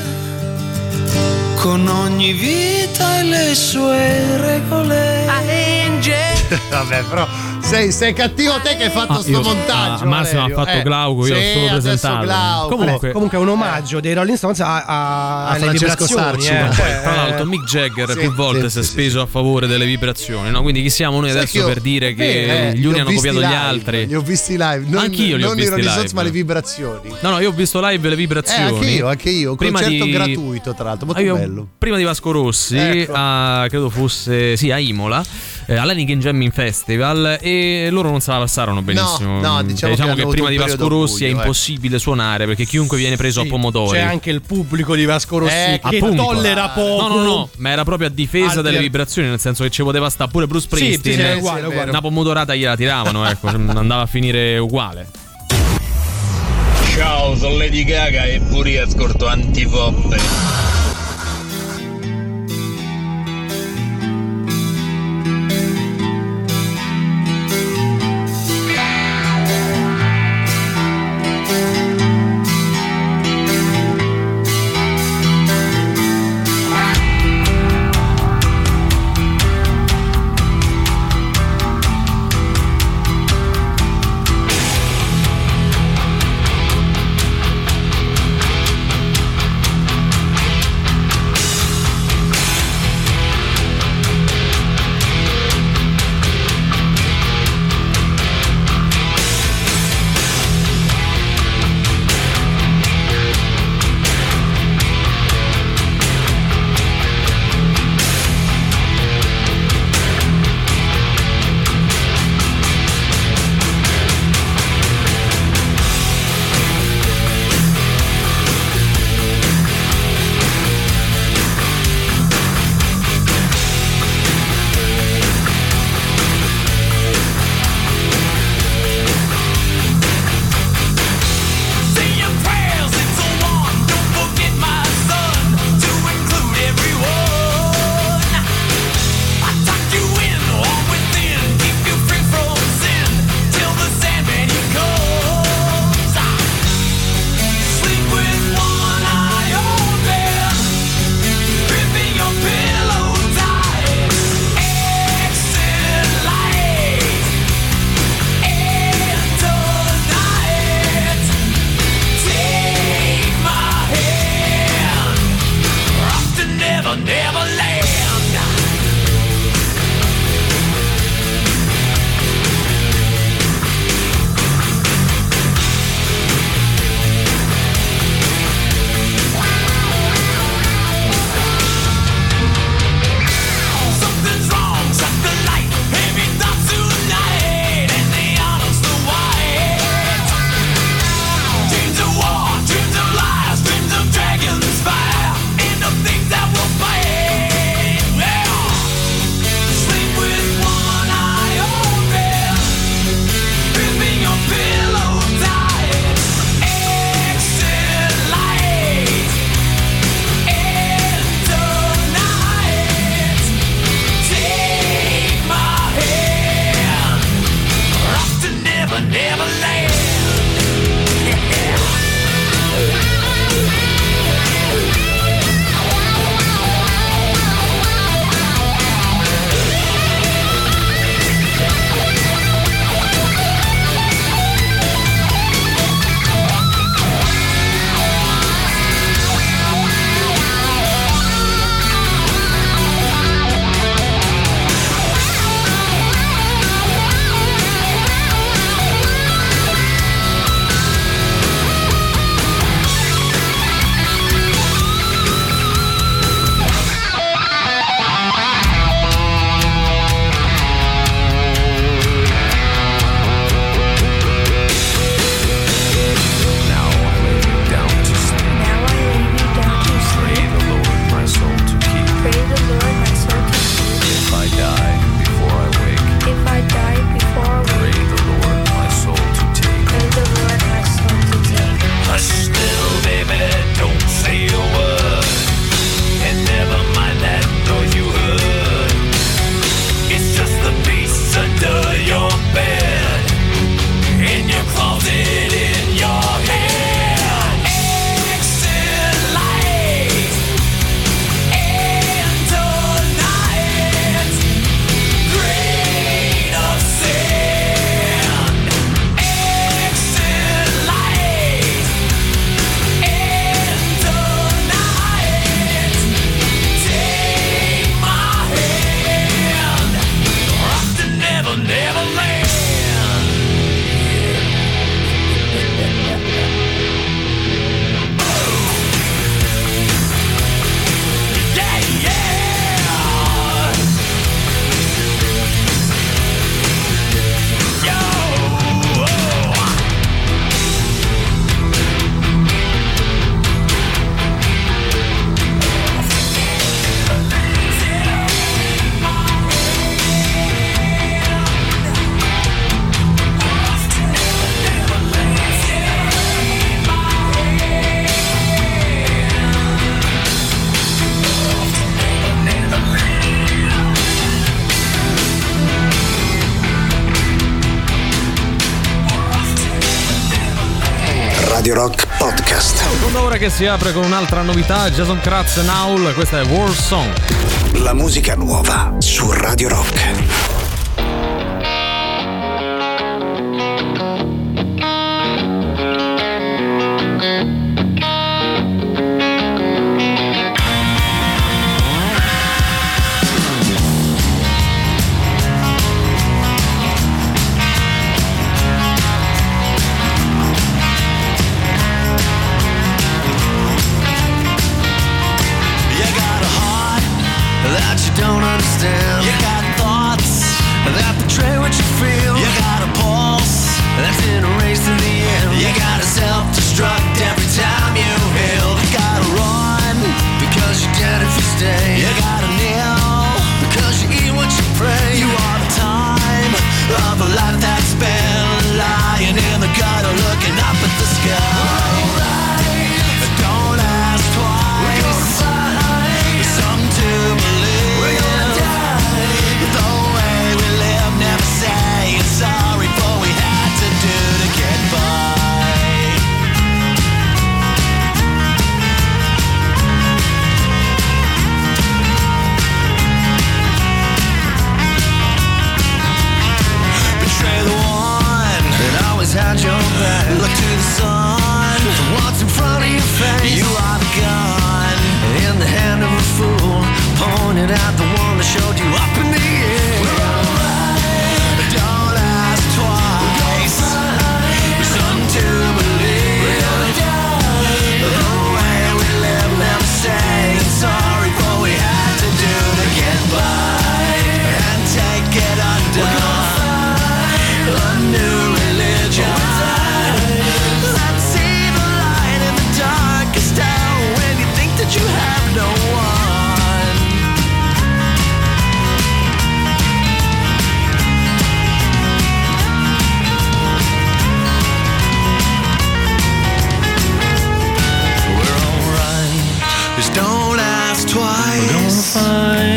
con ogni vita e le sue regole. Angel, Vabbè, però sei, sei cattivo te che hai fatto Ah, sto io- montaggio. ah, Massimo ha Valerio. fatto Eh, Glauco, io sì, ho solo adesso presentato. Glauco. Comunque- Vabbè, comunque è un omaggio dei Rolling Stones a, a, A alle Francesco vibrazioni. Sarci. eh. Poi, Cioè, Tra l'altro Mick Jagger Sì, più volte sì, si è sì, speso a favore delle vibrazioni, no? Quindi chi siamo noi Sai adesso che io- per dire che eh, gli li uni ho hanno visti copiato gli live, altri? Li ho visti live. Non, Anch'io li ho non visti i Rolling live. Stones, ma le vibrazioni. No, no, io ho visto live le vibrazioni. Eh, anche io, anche io. Prima Concerto di- gratuito, tra l'altro, molto Ah, io- bello. Prima di Vasco Rossi, Ecco. a- credo fosse sì, a Imola, eh, all'Heineken Jamming Festival, e loro non se la passarono benissimo. No, no, Cioè, diciamo che che, hanno prima avuto di un Vasco periodo Rossi è buio, eh. impossibile suonare perché chiunque viene preso sì, a pomodori. C'è anche il pubblico di Vasco Rossi Eh, che appunto. tollera poco. No, no, no, ma era proprio a difesa Altri- delle vibrazioni, nel senso che ci poteva stare pure Bruce Sì, sì, Springsteen. sì, è sì, uguale, è uguale. vero. Una pomodorata gliela tiravano, ecco, andava a finire uguale. Ciao, sono Lady Gaga e pure io ascolto Antipop. never, never land. Radio Rock Podcast. Seconda ora che si apre con un'altra novità, Jason Kratz e Naul, questa è War Song. La musica nuova su Radio Rock.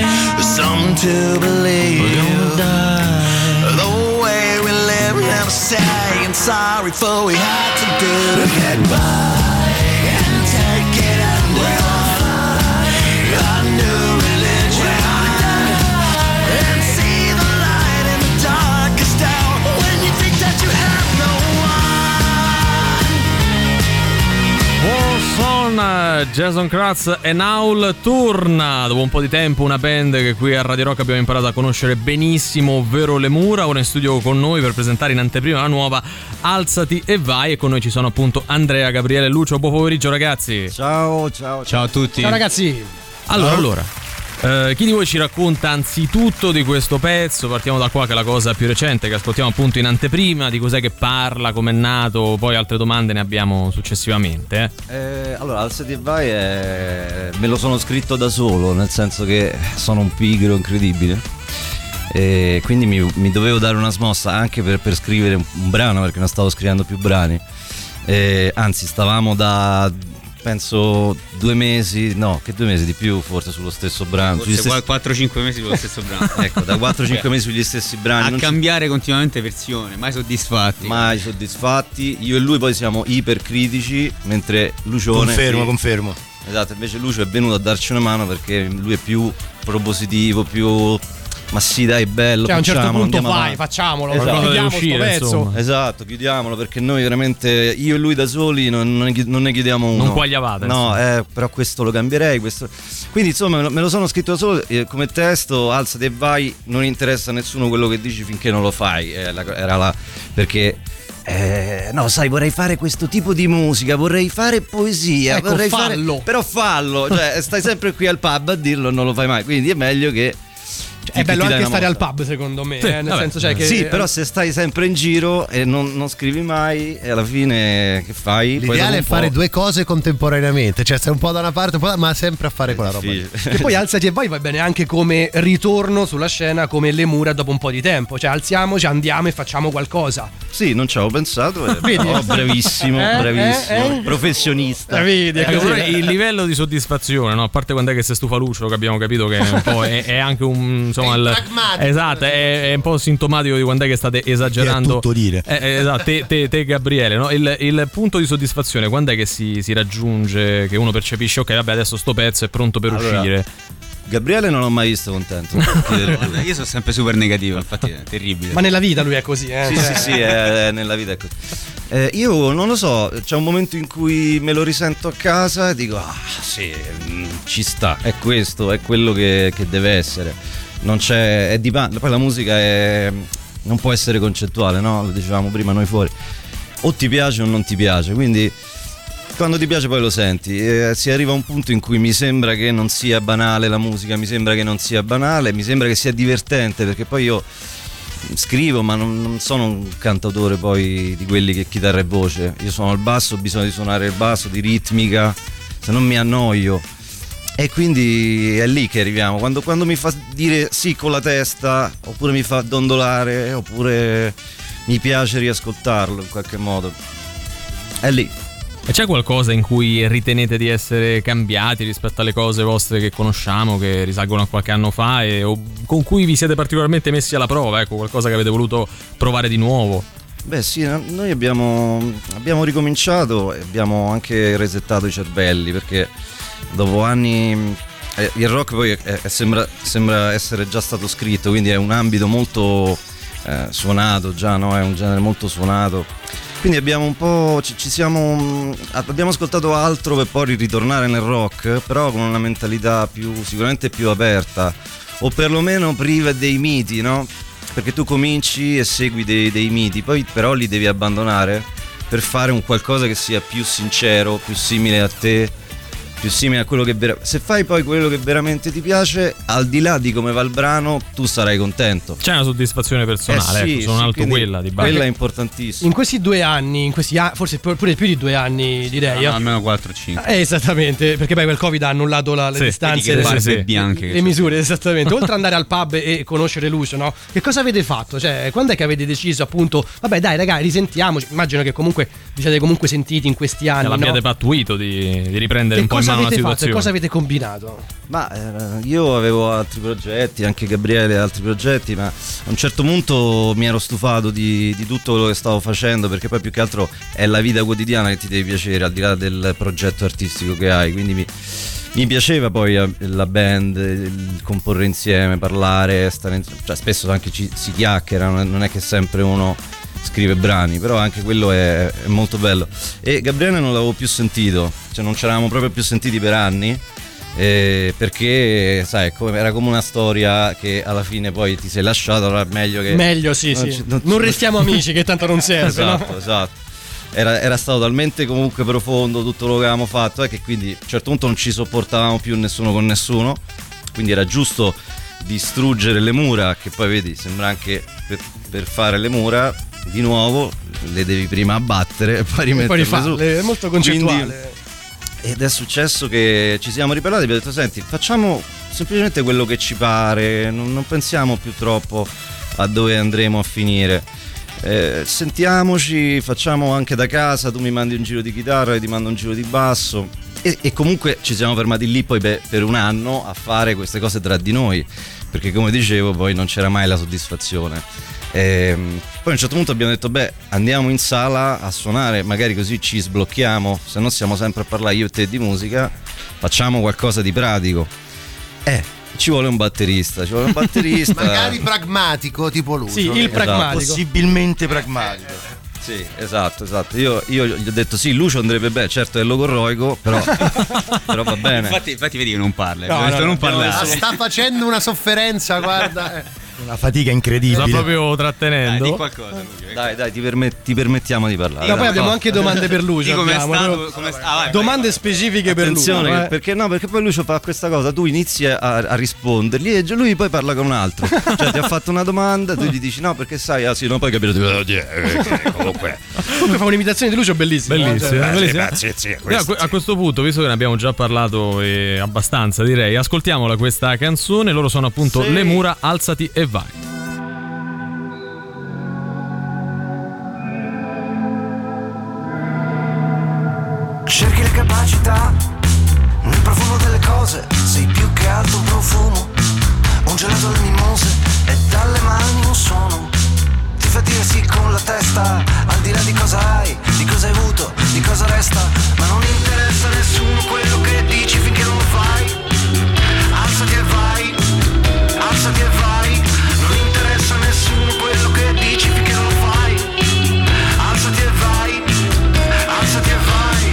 To believe we're gonna die. The way we live, never saying sorry for what we had to do. Goodbye and take it under a new religion and see the light in the darkest hour when you think that you have no one. Warson, Jason Kratz e Naul torna dopo un po' di tempo, una band che qui a Radio Rock abbiamo imparato a conoscere benissimo, ovvero Le Mura, ora in studio con noi per presentare in anteprima la nuova Alzati e Vai, e con noi ci sono appunto Andrea, Gabriele e Lucio. Buon pomeriggio ragazzi. Ciao, ciao, ciao a tutti. Ciao ragazzi. Allora, Ciao. allora Uh, chi di voi ci racconta anzitutto di questo pezzo? Partiamo da qua, che è la cosa più recente che ascoltiamo appunto in anteprima. Di cos'è che parla, com'è nato, poi altre domande ne abbiamo successivamente. eh. Eh, allora, Alzati e Vai è... me lo sono scritto da solo, nel senso che sono un pigro incredibile e quindi mi, mi dovevo dare una smossa anche per, per scrivere un, un brano, perché non stavo scrivendo più brani. Eh, anzi, stavamo da... penso due mesi, no, che due mesi di più forse sullo stesso brano. Forse stessi... quattro cinque mesi sullo stesso brano. Ecco, da quattro cinque mesi sugli stessi brani. A non cambiare ci... continuamente versione, mai soddisfatti. Mai soddisfatti. Io e lui poi siamo ipercritici, mentre Lucione... Confermo, sì, confermo. Esatto, invece Lucio è venuto a darci una mano perché lui è più propositivo, più... ma sì dai, bello, cioè, a un certo facciamolo, punto andiamo vai, avanti. facciamolo, Esatto. chiudiamo sto pezzo. Esatto, chiudiamolo, perché noi veramente, io e lui da soli non, non, ne, non ne chiudiamo uno. Non quagliavate. No, eh, però questo lo cambierei, questo... Quindi insomma me lo, me lo sono scritto da solo, eh, come testo, Alzati e Vai, non interessa a nessuno quello che dici finché non lo fai, eh, la, era la... perché... Eh, no, sai, vorrei fare questo tipo di musica, vorrei fare poesia, ecco, vorrei fallo. fare... però fallo, cioè stai sempre qui al pub a dirlo e non lo fai mai, quindi è meglio che... È bello anche stare al pub, secondo me, sì, eh, nel vabbè, senso, cioè, che sì, però se stai sempre in giro e non, non scrivi mai, e alla fine che fai? L'ideale è fare due cose contemporaneamente, cioè sei un po' da una parte, un po' da... ma sempre a fare quella roba lì. Che poi Alzati e Vai va bene anche come ritorno sulla scena, come Le Mura dopo un po' di tempo, cioè alziamoci, andiamo e facciamo qualcosa. Sì, non ci avevo pensato, eh, Vedi? però bravissimo, Eh, bravissimo, eh, eh? professionista. Eh, vedi, Ecco, così. però il livello di soddisfazione, no? A parte quando è che si stufa Lucio, che abbiamo capito che è un po' è, è anche un insomma È il, pragmatico. esatto, è, è un po' sintomatico di quando è che state esagerando. È tutto dire. Eh, eh, esatto, te, te, te Gabriele, no? il, il punto di soddisfazione quando è che si, si raggiunge, che uno percepisce ok, vabbè, adesso sto pezzo è pronto per Allora, uscire. Gabriele non l'ho mai visto contento. Io sono sempre super negativo, infatti è terribile. Ma nella vita lui è così, eh? Sì, sì, sì, è, è nella vita è così. Eh, io non lo so, c'è un momento in cui me lo risento a casa e dico, ah sì, mm, ci sta, è questo, è quello che, che deve essere. Non c'è, è di pan- poi la musica è, non può essere concettuale, no? Lo dicevamo prima noi fuori. O ti piace o non ti piace, quindi quando ti piace poi lo senti. Eh, si arriva a un punto in cui mi sembra che non sia banale la musica, mi sembra che non sia banale, mi sembra che sia divertente, perché poi io scrivo ma non, non sono un cantautore poi di quelli che chitarra e voce. Io suono il basso, ho bisogno di suonare il basso, di ritmica, se non mi annoio. E quindi è lì che arriviamo, quando, quando mi fa dire sì con la testa, oppure mi fa dondolare, oppure mi piace riascoltarlo in qualche modo. È lì. E c'è qualcosa in cui ritenete di essere cambiati rispetto alle cose vostre che conosciamo, che risalgono a qualche anno fa, e, o con cui vi siete particolarmente messi alla prova, ecco, qualcosa che avete voluto provare di nuovo? Beh sì, noi abbiamo, abbiamo ricominciato e abbiamo anche resettato i cervelli, perché dopo anni eh, il rock poi è, è, sembra, sembra essere già stato scritto, quindi è un ambito molto eh, suonato già, no? È un genere molto suonato. Quindi abbiamo un po' ci, ci siamo abbiamo ascoltato altro per poi ritornare nel rock, però con una mentalità più sicuramente più aperta, o perlomeno priva dei miti, no? Perché tu cominci e segui dei, dei miti, poi però li devi abbandonare per fare un qualcosa che sia più sincero, più simile a te, più simile a quello che vera- se fai poi quello che veramente ti piace, al di là di come va il brano, tu sarai contento. C'è una soddisfazione personale, eh sì, ecco, sono sì, alto quella di base. Quella è importantissima. In questi due anni, in questi anni, forse pure più di due anni direi. No, no, almeno quattro cinque. Eh, esattamente, perché poi quel Covid ha annullato la, le sì, distanze, le le, sì, bianche, le misure, esattamente. Oltre ad andare al pub e conoscere Lucio, no? Che cosa avete fatto? Cioè, quando è che avete deciso appunto, vabbè dai ragazzi, risentiamoci. Immagino che comunque vi siate comunque sentiti in questi anni, che l'abbiate no? pattuito di, di riprendere che un po' in una avete fatto e situazione. cosa avete combinato? Ma eh, io avevo altri progetti, anche Gabriele altri progetti, ma a un certo punto mi ero stufato di, di tutto quello che stavo facendo, perché poi più che altro è la vita quotidiana che ti deve piacere, al di là del progetto artistico che hai, quindi mi, mi piaceva poi la band, il comporre insieme, parlare, stare in, cioè spesso anche ci, si chiacchiera, non è che sempre uno scrive brani, però anche quello è, è molto bello. E Gabriele non l'avevo più sentito, cioè non ci eravamo proprio più sentiti per anni. Eh, perché sai, come, era come una storia che alla fine poi ti sei lasciato, allora è meglio che meglio sì non sì ci, non, non restiamo amici che tanto non serve. Esatto, no? esatto. Era, era stato talmente comunque profondo tutto quello che avevamo fatto eh, che quindi a un certo punto non ci sopportavamo più nessuno con nessuno, quindi era giusto distruggere le mura, che poi vedi sembra anche per, per fare le mura di nuovo le devi prima abbattere e poi rimetterle e poi su. È molto concettuale. Quindi, ed è successo che ci siamo ribellati e abbiamo detto senti, facciamo semplicemente quello che ci pare, non, non pensiamo più troppo a dove andremo a finire, eh, sentiamoci, facciamo anche da casa, tu mi mandi un giro di chitarra e ti mando un giro di basso e, e comunque ci siamo fermati lì poi per, per un anno a fare queste cose tra di noi, perché come dicevo poi non c'era mai la soddisfazione. E poi a un certo punto abbiamo detto beh, andiamo in sala a suonare, magari così ci sblocchiamo, se no stiamo sempre a parlare io e te di musica, facciamo qualcosa di pratico. Eh, ci vuole un batterista, ci vuole un batterista magari pragmatico tipo lui. Sì, il pragmatico, esatto. Possibilmente pragmatico. Sì, esatto, esatto. Io, io gli ho detto sì, Lucio andrebbe bene, certo è logorroico, però, però va bene. Infatti, infatti vedi che non parla, no, no, non no, parla. No, sta facendo una sofferenza, guarda. Una fatica incredibile. Sta proprio trattenendo. Dai, di qualcosa, Lucio. Dai, dai, ti, permet- ti permettiamo di parlare. no, dai, poi abbiamo no. anche domande per Lucio. Come è abbiamo, stato, proprio- come sta- ah, vai, domande specifiche per Attenzione, Lucio. che- eh. perché no? Perché poi Lucio fa questa cosa, tu inizi a, a rispondergli e lui poi parla con un altro. Cioè ti ha fatto una domanda, tu gli dici no, perché sai, ah sì, non poi capire. Comunque. Comunque fa un'imitazione di Lucio bellissima. Bellissima, eh. bellissima. Sì, sì, Beh, a questo, que- a questo punto, visto che ne abbiamo già parlato eh, abbastanza, direi, ascoltiamola questa canzone. Loro sono appunto Sì. Le Mura, alzati e vai. Cerchi le capacità nel profumo delle cose, sei più che altro un profumo, un gelato alle mimose e dalle mani un suono. Ti fa dire sì con la testa, al di là di cosa hai, di cosa hai avuto, di cosa resta, ma non interessa a nessuno quello che dici finché non lo fai. Alzati e vai, alzati e vai, non interessa a nessuno quello che dici finché non lo fai. Alzati e vai, alzati e vai.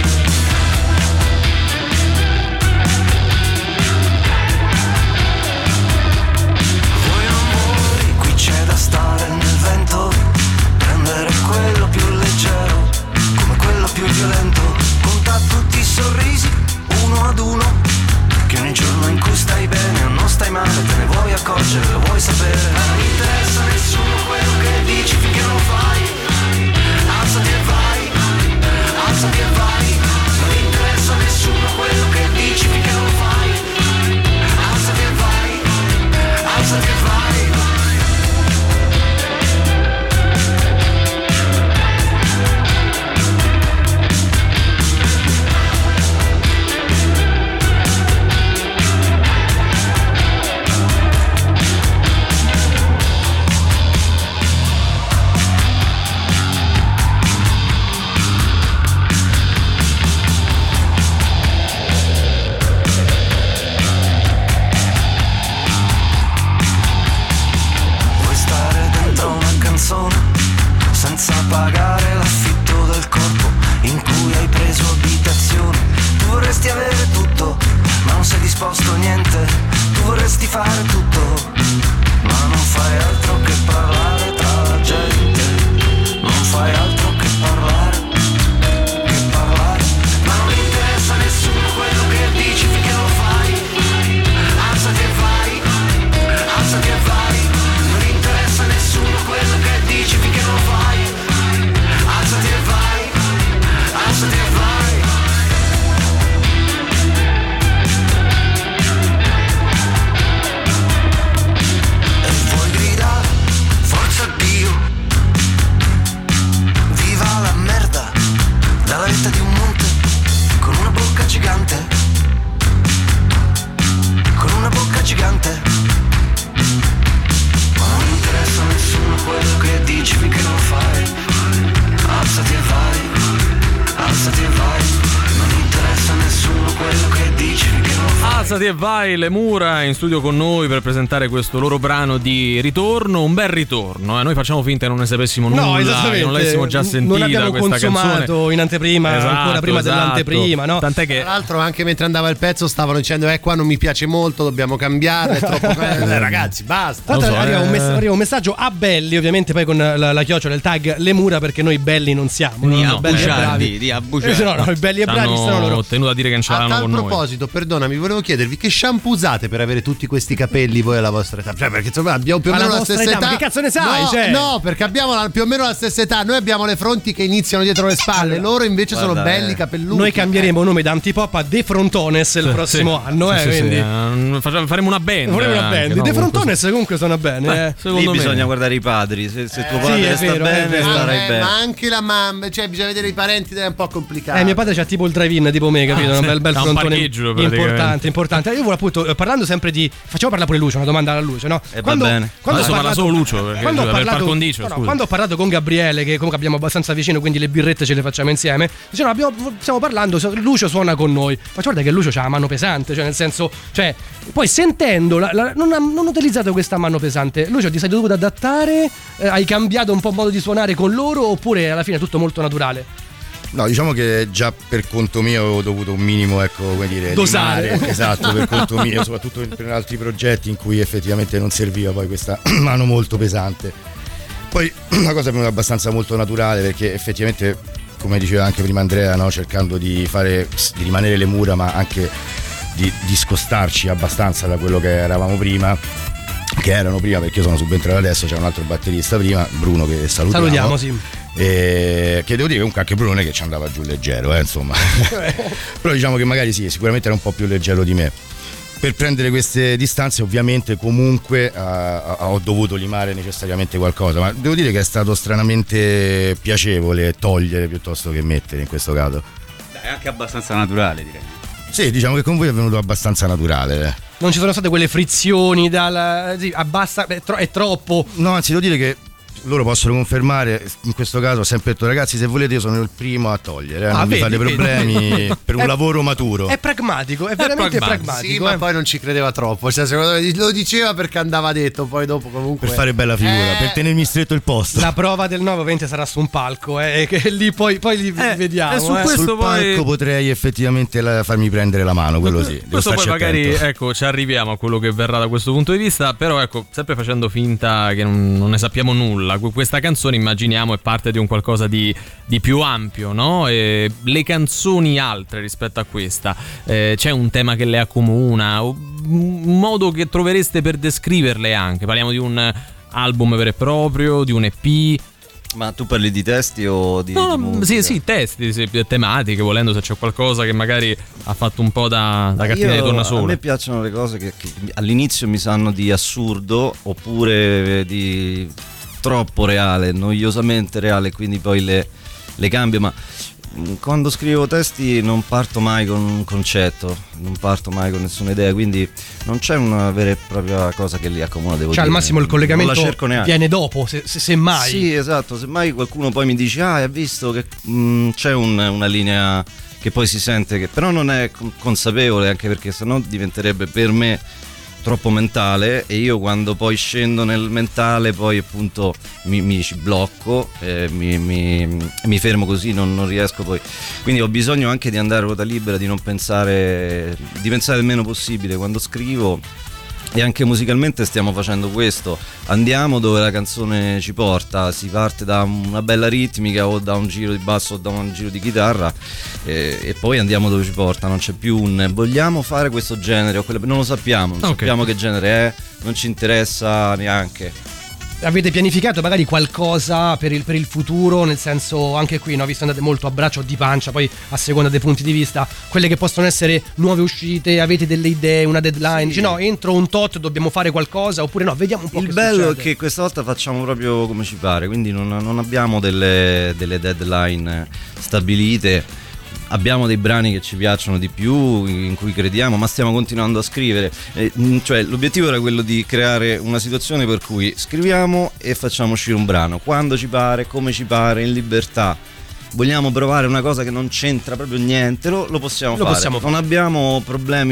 C'è da stare nel vento, prendere quello più leggero, come quello più violento. Conta tutti i sorrisi, uno ad uno, che ogni giorno in cui stai bene o non stai male, te ne vuoi accorgere, lo vuoi sapere. Non interessa a nessuno quello che dici finché non lo fai. Alzati e vai, alzati e vai. Non interessa a nessuno quello che dici finché non lo fai. Alzati e vai, alzati e vai. Senza pagare l'affitto del corpo in cui hai preso abitazione. Tu vorresti avere tutto, ma non sei disposto a niente. Tu vorresti fare tutto, ma non fai altro che parlare tra la gente. Non fai altro che parlare, che parlare. Ma non interessa a nessuno quello che dici finché lo fai. Alzati e vai, alzati e vai. Non interessa a nessuno quello che dici finché lo fai. Alzati e vai, alzati e vai. Alzati e vai, le Mura in studio con noi per presentare questo loro brano di ritorno, un bel ritorno. Eh. Noi facciamo finta che non ne sapessimo nulla, no, che non l'avessimo già sentita. Non abbiamo questa consumato canzone in anteprima, esatto, ancora prima esatto. dell'anteprima, no? Tant'è che tra l'altro anche mentre andava il pezzo stavano dicendo eh qua non mi piace molto, dobbiamo cambiare, è troppo eh, ragazzi, basta. Tra l'altro so, arriva, eh. un mess- arriva un messaggio a Belli, ovviamente poi con la, la chiocciola, il tag Le Mura, perché noi belli non siamo, Di no, belli e bravi. abbugiardi, di abbugiardi. Eh, no, no, i belli e bravi sono loro. Ho tenuto a dire che non ce A l'hanno tal con noi. proposito, perdonami, volevo chiedervi che shampoo usate per avere tutti questi capelli voi alla vostra età? Cioè, perché insomma abbiamo più o Alla meno la vostra stessa età, età. ma che cazzo ne sai, No, cioè? no, perché abbiamo la- più o meno la stessa età. Noi abbiamo le fronti che iniziano dietro le spalle, loro invece Guarda, sono belli eh. capelluti. Noi cambieremo nome da Antipop a De Frontones il Sì, prossimo sì. anno, Sì, eh, sì, sì, quindi eh, facciamo- faremo una band. vorremmo una anche, band. no? De Frontones comunque suona bene, Beh, eh. secondo Lì me. bisogna guardare i padri, se, se tuo Eh, padre sì, è sta vero, è bene vero. starai Eh, bene. ma anche la mamma, cioè bisogna vedere i parenti, è un po' complicato. Eh, mio padre c'ha tipo il drive-in tipo me, capito? Ah, un sì. bel, bel Ha un frontone parcheggio, praticamente. importante, importante. Io volevo appunto, eh, parlando sempre di. Facciamo parlare pure Lucio, una domanda alla Luce, no? Eh, va bene. Adesso parla solo Lucio, perché quando ho deve aver parlato, par condicio, no, no, scusa. quando ho parlato con Gabriele, che comunque abbiamo abbastanza vicino, quindi le birrette ce le facciamo insieme, dicevano, abbiamo, stiamo parlando, so- Lucio suona con noi. Ma guarda che Lucio ha la mano pesante, cioè nel senso, cioè, poi sentendo, la, la, non ha non ho utilizzato questa mano pesante. Lucio, ti sei dovuto adattare? Eh, hai cambiato un po' modo di suonare con loro oppure alla fine è tutto molto naturale? No, diciamo che già per conto mio avevo dovuto un minimo, ecco, come dire, Dosare. limare, esatto, per conto mio, soprattutto per altri progetti in cui effettivamente non serviva poi questa mano molto pesante. Poi una cosa è venuta abbastanza molto naturale, perché effettivamente, come diceva anche prima Andrea, no, cercando di fare di rimanere le Mura, ma anche di discostarci abbastanza da quello che eravamo prima, che erano prima, perché io sono subentrato adesso, c'era un altro batterista prima, Bruno, che salutiamo. Salutiamo, sì. E che devo dire comunque anche Bruno non è che ci andava giù leggero, eh, insomma. Però diciamo che magari sì, sicuramente era un po' più leggero di me. Per prendere queste distanze ovviamente comunque uh, ho dovuto limare necessariamente qualcosa, ma devo dire che è stato stranamente piacevole togliere piuttosto che mettere in questo caso. È anche abbastanza naturale, direi. Sì, diciamo che con voi è venuto abbastanza naturale. Eh. Non ci sono state quelle frizioni dal. Sì, abbassa, è, tro- è troppo. No, anzi devo dire che loro possono confermare, in questo caso ho sempre detto ragazzi, se volete io sono il primo a togliere, eh, Ah, non vedi, vi fate vedi. problemi per un È- latoro maturo. È pragmatico, è veramente pragmatico. pragmatico. Sì, ma eh. poi non ci credeva troppo. Cioè, secondo me lo diceva perché andava detto, poi dopo comunque. Per fare bella figura, Eh. per tenermi stretto il posto. La prova del nove ovviamente sarà su un palco, eh, che lì poi, poi li Eh, vediamo. e su eh. questo Sul poi- palco potrei effettivamente la- farmi prendere la mano, quello sì. Devo Questo poi starci magari attento. ecco ci arriviamo a quello che verrà da questo punto di vista, però ecco sempre facendo finta che non, non ne sappiamo nulla. Que- Questa canzone immaginiamo è parte di un qualcosa di, di più ampio, no? E le canzoni altre rispetto a questa, eh, c'è un tema che le accomuna, o un modo che trovereste per descriverle anche? Parliamo di un album vero e proprio, di un E P? Ma tu parli di testi o di, No, di no, musica? sì, sì, testi, sì, tematiche, volendo, se c'è qualcosa che magari ha fatto un po' da, da cartina di Io- tornasole. A me piacciono le cose che, che all'inizio mi sanno di assurdo oppure di troppo reale, noiosamente reale, quindi poi le, le cambio, ma mh, quando scrivo testi non parto mai con un concetto, non parto mai con nessuna idea, quindi non c'è una vera e propria cosa che li accomuna, devo Cioè, dire. al massimo il collegamento non la cerco neanche. viene dopo, se, se, se mai. Sì, esatto, semmai qualcuno poi mi dice ah, hai visto che mh, c'è un- una linea che poi si sente, che però non è con- consapevole, anche perché sennò diventerebbe per me troppo mentale, e io quando poi scendo nel mentale poi appunto mi, mi ci blocco, eh, mi, mi- mi fermo così, non, non riesco poi, quindi ho bisogno anche di andare a ruota libera, di non pensare, di pensare il meno possibile quando scrivo. E anche musicalmente stiamo facendo questo, andiamo dove la canzone ci porta, si parte da una bella ritmica o da un giro di basso o da un giro di chitarra, e, e poi andiamo dove ci porta, non c'è più un vogliamo fare questo genere o quello, non lo sappiamo, non Ok. sappiamo che genere è, non ci interessa neanche. Avete pianificato magari qualcosa per il, per il futuro, nel senso anche qui, no? Visto andate molto a braccio o di pancia, poi a seconda dei punti di vista, quelle che possono essere nuove uscite, avete delle idee, una deadline, Sì. dici no, entro un tot dobbiamo fare qualcosa, oppure no, vediamo un po' Il che bello succede. è che questa volta facciamo proprio come ci pare, quindi non, non abbiamo delle, delle deadline stabilite. Abbiamo dei brani che ci piacciono di più, in cui crediamo, ma stiamo continuando a scrivere. Eh, mh, cioè, l'obiettivo era quello di creare una situazione per cui scriviamo e facciamo uscire un brano quando ci pare, come ci pare, in libertà. Vogliamo provare una cosa che non c'entra proprio niente, lo, lo possiamo Lo fare. possiamo Non abbiamo problemi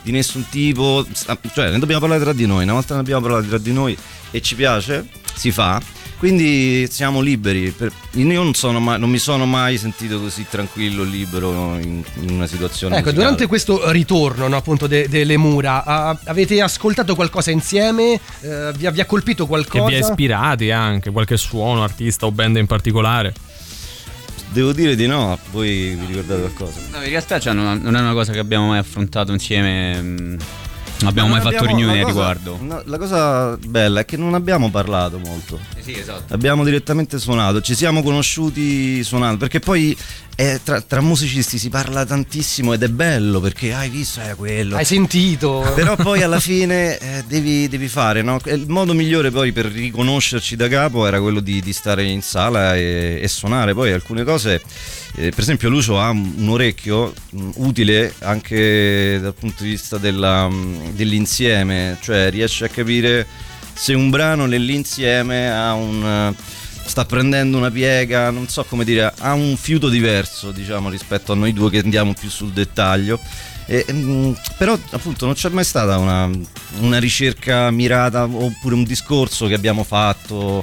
di nessun tipo, cioè ne dobbiamo parlare tra di noi, una volta ne abbiamo parlato tra di noi e ci piace, si fa. Quindi siamo liberi. Io non, sono mai, non mi sono mai sentito così tranquillo, libero in, in una situazione ecco, musicale. durante questo ritorno, no, appunto de, delle mura, a, avete ascoltato qualcosa insieme? Eh, vi, ha, vi ha colpito qualcosa? Che vi ha ispirati anche, qualche suono, artista o band in particolare? Devo dire di no, voi vi ricordate qualcosa? No, in realtà cioè, non non è una cosa che abbiamo mai affrontato insieme. mh, Non abbiamo Ma mai non fatto abbiamo- riunioni la a cosa- riguardo. no, la cosa bella è che non abbiamo parlato molto. Eh sì, esatto. Abbiamo direttamente suonato, ci siamo conosciuti suonando, perché poi eh, tra, tra musicisti si parla tantissimo ed è bello perché hai visto, è quello. Hai sentito? Però poi alla fine eh, devi, devi fare, no? Il modo migliore poi per riconoscerci da capo era quello di, di stare in sala e, e suonare. Poi alcune cose, eh, per esempio Lucio ha un, un orecchio mh, utile anche dal punto di vista della, mh, dell'insieme, cioè riesce a capire se un brano nell'insieme ha un... sta prendendo una piega, non so come dire, ha un fiuto diverso, diciamo, rispetto a noi due che andiamo più sul dettaglio. E, mh, però appunto non c'è mai stata una, una ricerca mirata oppure un discorso che abbiamo fatto,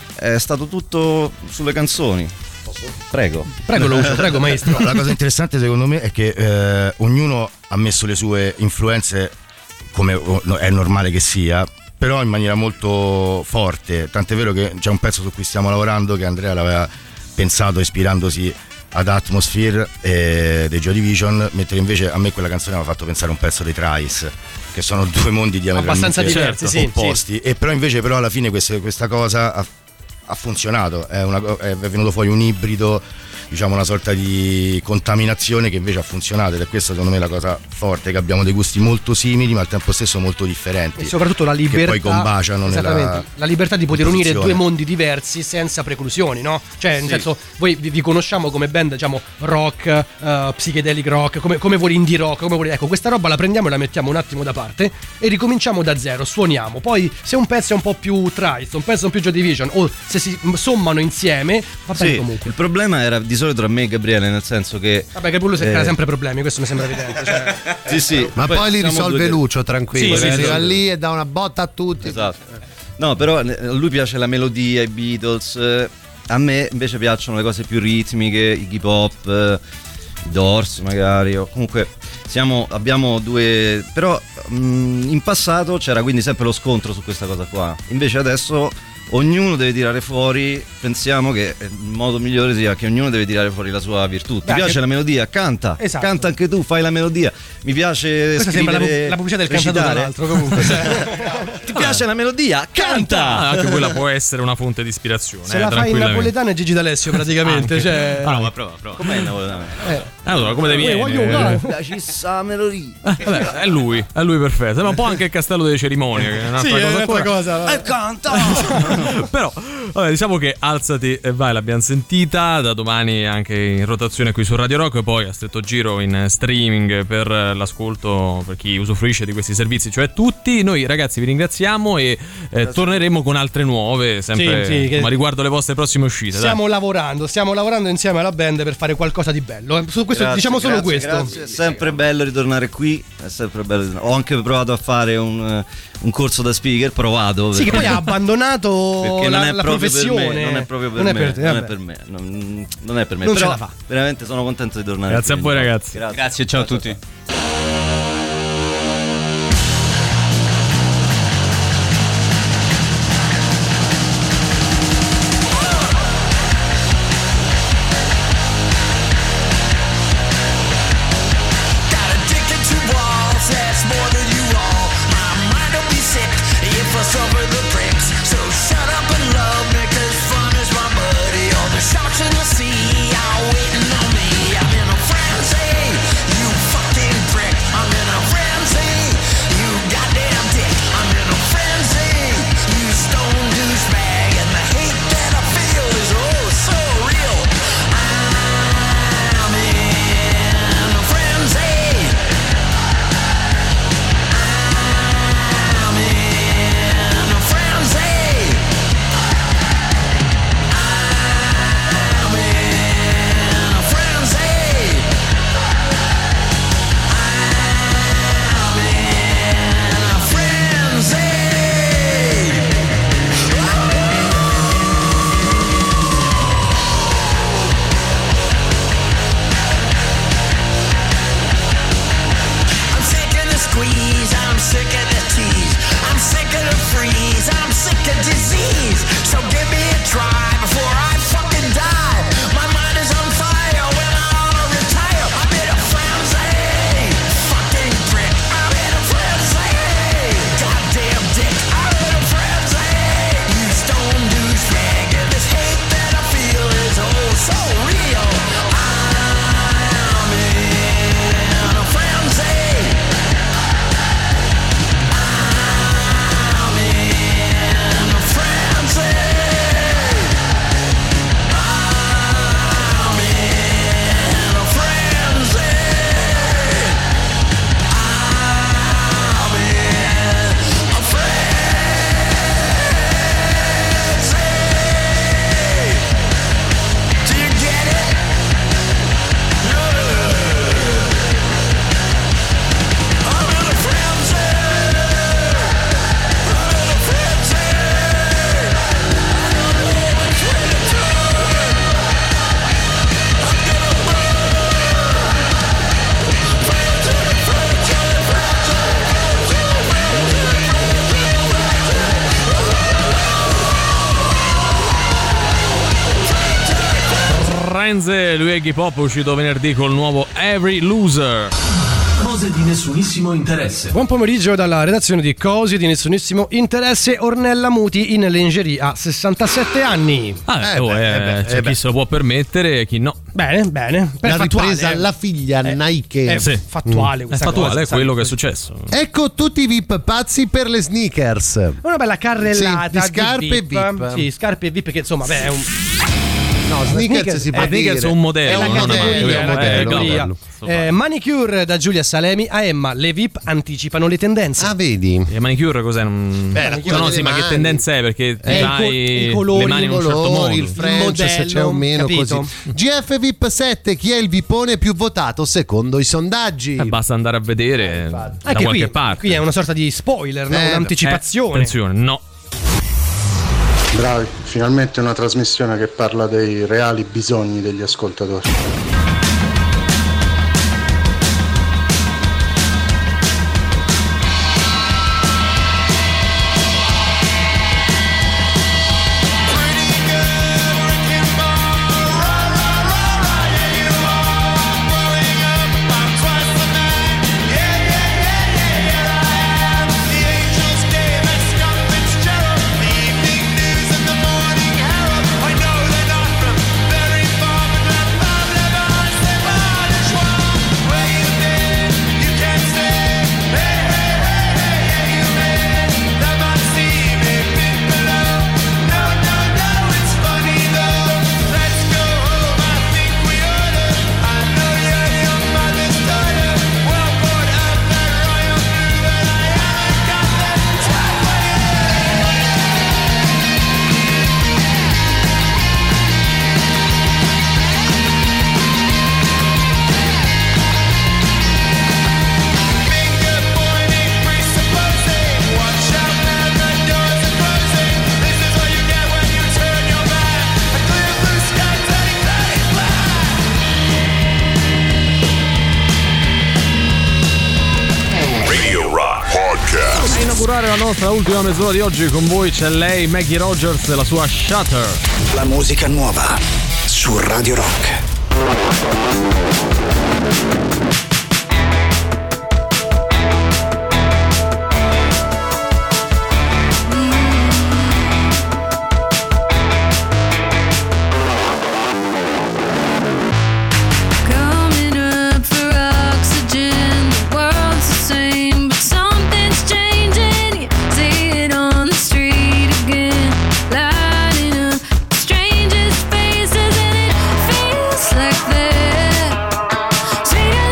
è stato tutto sulle canzoni. Prego. Prego Lucio, prego maestro. No, la cosa interessante secondo me è che eh, ognuno ha messo le sue influenze, come oh, è normale che sia, però in maniera molto forte, tant'è vero che c'è un pezzo su cui stiamo lavorando che Andrea l'aveva pensato ispirandosi ad Atmosphere eh, dei Joy Division, mentre invece a me quella canzone mi ha fatto pensare a un pezzo dei Trice, che sono due mondi diametralmente abbastanza diversi, sì, opposti, sì. E però invece però alla fine queste, questa cosa ha, ha funzionato, è, una, è venuto fuori un ibrido, diciamo una sorta di contaminazione che invece ha funzionato, ed è questa secondo me la cosa forte, che abbiamo dei gusti molto simili ma al tempo stesso molto differenti E soprattutto la libertà, che poi combaciano nella la libertà di poter unire composizione. due mondi diversi senza preclusioni, no? Cioè, nel Sì. senso, voi vi, vi conosciamo come band, diciamo, rock, uh, psychedelic rock, come, come vuoi indie rock, come vuoi. Ecco, questa roba la prendiamo e la mettiamo un attimo da parte e ricominciamo da zero, suoniamo. Poi, se un pezzo è un po' più Trice, un pezzo è un più Joy Division, o se si sommano insieme, va bene Sì, comunque. il problema era di solito tra me e Gabriele, nel senso che Vabbè, che Bullo si eh, crea sempre problemi, questo mi sembra evidente. Cioè. sì, sì, Ma poi, li siamo risolve due- Lucio, tranquillo. Sì, che sì, arriva sì. lì e dà una botta a tutti. Esatto. No, però eh, a lui piace la melodia, i Beatles, eh, a me invece piacciono le cose più ritmiche, i hip hop, eh, i Doors magari, o comunque siamo, abbiamo due, però mh, in passato c'era quindi sempre lo scontro su questa cosa qua, invece adesso ognuno deve tirare fuori, pensiamo che il modo migliore sia che ognuno deve tirare fuori la sua virtù. Ti Beh, piace che- la melodia? Canta, Esatto. canta anche tu, fai la melodia. Mi piace Questa sembra la, scrivere, pu- la pubblicità del recitare. cantatore, tra l'altro, comunque. cioè. Ti piace la melodia? Canta! Ah, anche quella può essere una fonte di ispirazione. Se eh, la fai in tranquillamente. napoletano è Gigi D'Alessio praticamente. Anche. Cioè. Ah, no, ma prova, prova. Com'è il napoletano? Eh. Allora, come devi Eh, voglio un- Ci sta melodia. Vabbè, è lui, è lui perfetto. Ma un po' anche il castello delle cerimonie, che è un'altra Sì, cosa. è un'altra ancora. cosa. va. E canta! Però, vabbè, diciamo che Alzati e vai l'abbiamo sentita, da domani anche in rotazione qui su Radio Rock, poi a stretto giro in streaming per l'ascolto, per chi usufruisce di questi servizi, cioè tutti. Noi ragazzi vi ringraziamo e eh, torneremo con altre nuove, sempre Sì, sì, che- ma riguardo le vostre prossime uscite. Stiamo dai. lavorando, stiamo lavorando insieme alla band per fare qualcosa di bello. Su questo Grazie, diciamo solo grazie, questo. grazie. È sempre bello ritornare qui, è sempre bello ritornare. Ho anche provato a fare un, eh, un corso da speaker, provato. Sì, che perché- poi ha abbandonato perché la, non è la proprio professione. per me, non è proprio per Non è me, per te, non è vabbè. per me, non, non è per me. Non ce Però la fa. veramente sono contento di tornare. Grazie a qui. voi, ragazzi. Grazie, Grazie, ciao a tutti. Got addicted to walls, that's more than you all. My mind will be sick if I suffer the pricks. So shut up and love me, cause fun is my buddy. All the sharks in the sea are waiting on me. I'm in a frenzy, you fucking prick. Friends, lui è Iggy Pop, uscito venerdì col nuovo Every Loser. Cose di nessunissimo interesse. Buon pomeriggio dalla redazione di Cose di nessunissimo interesse. Ornella Muti in lingerie a sessantasette anni. Ah, Eh oh, beh, eh, eh beh, c'è eh chi beh. se lo può permettere e chi no. Bene, bene. Per L'ha fattuale, ripresa eh. la figlia Eh, Nike. È Sì. fattuale È questa fattuale, cosa, è quello sai? che è successo. Ecco tutti i V I P pazzi per le sneakers. Una bella carrellata Sì, di scarpe e V V I P. Sì, scarpe e V I P che insomma, beh, è un No, sneakers si può eh, sneakers dire. è un modello, È un non una modello, marca, è un eh, modello. categoria. Eh, manicure da Giulia Salemi a Emma. Le V I P anticipano le tendenze. Ah, vedi? E manicure cos'è? Non... Beh, la no, cura no, delle sì, ma che mani. tendenza è? Perché ti Eh, fai i colori, le mani in un certo modo. colori, il French, modello, se c'è o meno, capito? così. G F V I P sette, chi è il vipone più votato secondo i sondaggi? Eh, basta andare a vedere da Anche qualche qui, parte. qui è una sorta di spoiler, no? Eh, Un'anticipazione. Eh, attenzione, no. Bravi, finalmente una trasmissione che parla dei reali bisogni degli ascoltatori. A inaugurare la nostra ultima mezz'ora di oggi con voi c'è lei, Maggie Rogers e la sua Shutter. La musica nuova su Radio Rock. Coming up for oxygen, the world's the same, but something's changing. You see it on the street again, lighting up strangers' faces, and it feels like they're sweeter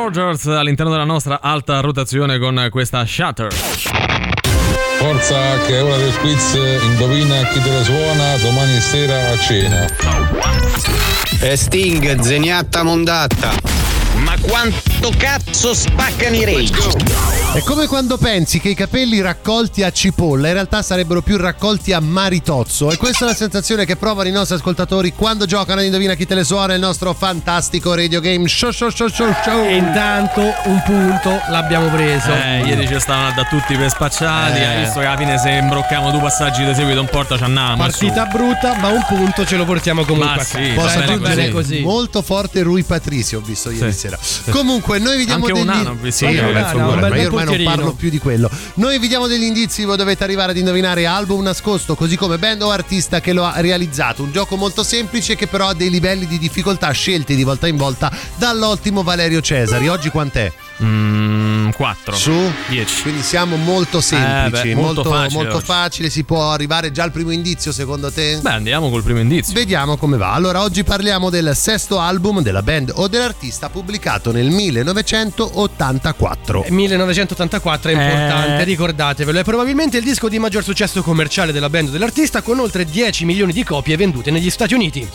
Rogers all'interno della nostra alta rotazione con questa Shatter. Forza, che è ora del quiz, indovina chi te la suona domani sera a cena. E Sting, zeniatta mondatta. Ma quanto cazzo spaccano i Rage? È come quando pensi che i capelli raccolti a cipolla in realtà sarebbero più raccolti a maritozzo, e questa è la sensazione che provano i nostri ascoltatori quando giocano ad Indovina chi te le suona, il nostro fantastico radio game show show show show show. E intanto un punto l'abbiamo preso. Eh, ieri ci stavano da tutti per spacciati, Eh. hai visto che alla fine se imbroccavamo due passaggi di seguito un porta ci andiamo. Partita brutta, ma un punto ce lo portiamo comunque Ma a sì, casa. Posso va bene aggiungere così. così. molto forte Rui Patricio, ho visto ieri Sì. sera. Comunque noi vi diamo Anche degli un anno, ho visto. Sì, Anche vabbè, un anno, figurati, un bel ma io ormai non porcherino. parlo più di quello. Noi vi diamo degli indizi, voi dovete arrivare ad indovinare album nascosto, così come band o artista che lo ha realizzato. Un gioco molto semplice che però ha dei livelli di difficoltà scelti di volta in volta dall'ottimo Valerio Cesari. Oggi quant'è? Mm, quattro. Su dieci. Quindi siamo molto semplici, Eh beh, molto, molto facile molto oggi. facile. Si può arrivare già al primo indizio, secondo te? Beh, andiamo col primo indizio. Vediamo come va. Allora, oggi parliamo del sesto album della band o dell'artista pubblicato nel millenovecentottantaquattro. millenovecentottantaquattro è importante, Eh. ricordatevelo. È probabilmente il disco di maggior successo commerciale della band o dell'artista, con oltre dieci milioni di copie vendute negli Stati Uniti.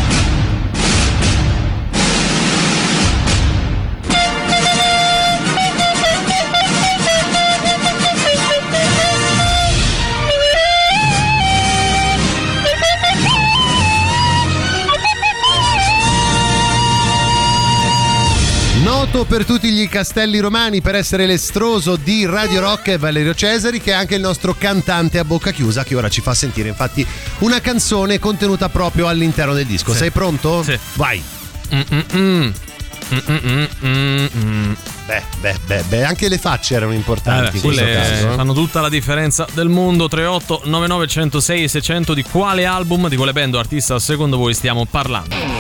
Noto per tutti gli castelli romani per essere l'estroso di Radio Rock è Valerio Cesari, che è anche il nostro cantante a bocca chiusa, che ora ci fa sentire infatti una canzone contenuta proprio all'interno del disco. Sì. Sei pronto? Sì. Vai. Mm-mm-mm. Mm-mm-mm-mm. Beh, beh, beh, beh, anche le facce erano importanti Eh, in questo quelle caso. eh. fanno tutta la differenza del mondo. Tre otto nove nove uno zero sei sei zero zero. Di quale album, di quale band o artista secondo voi stiamo parlando?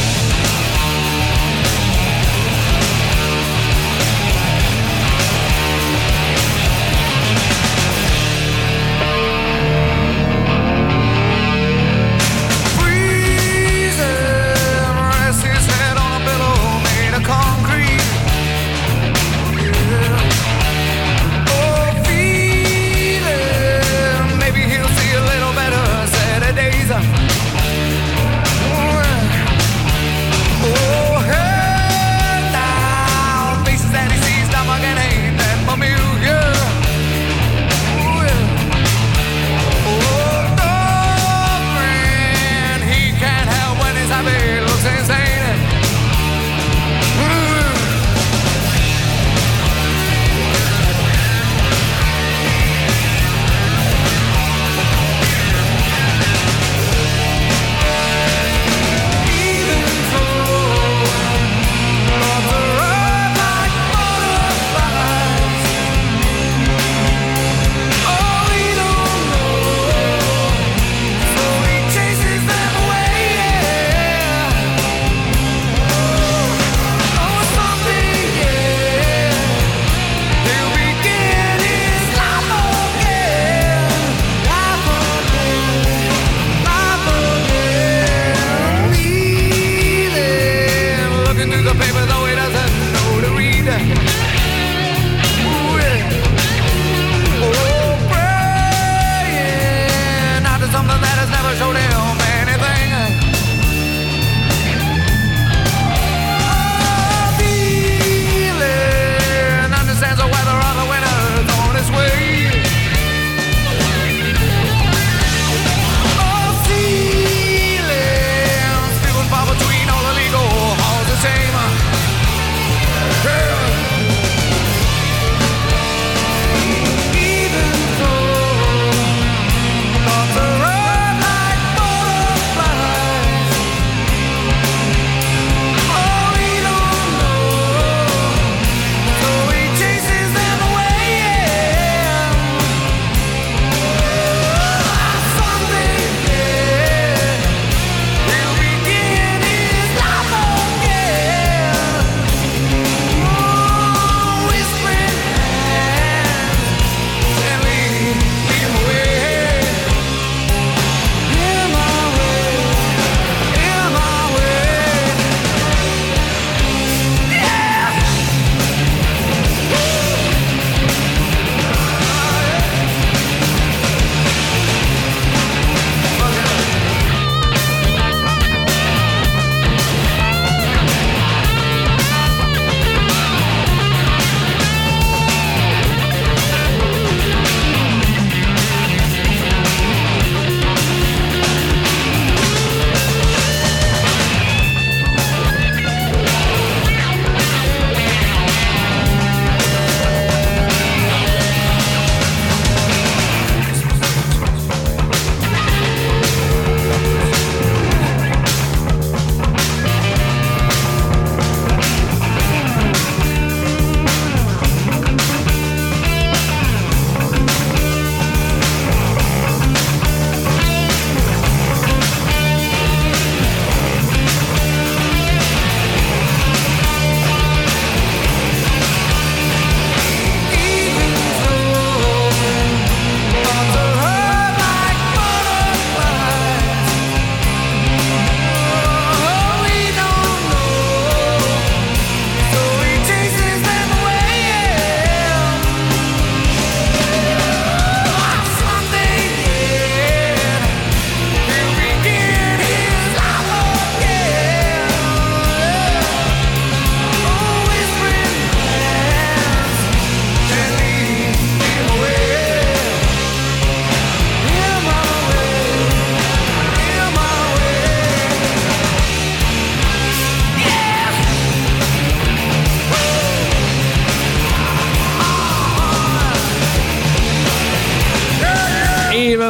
Rests his head on a pillow made of concrete. Oh, feeling maybe he'll see a little better Saturdays.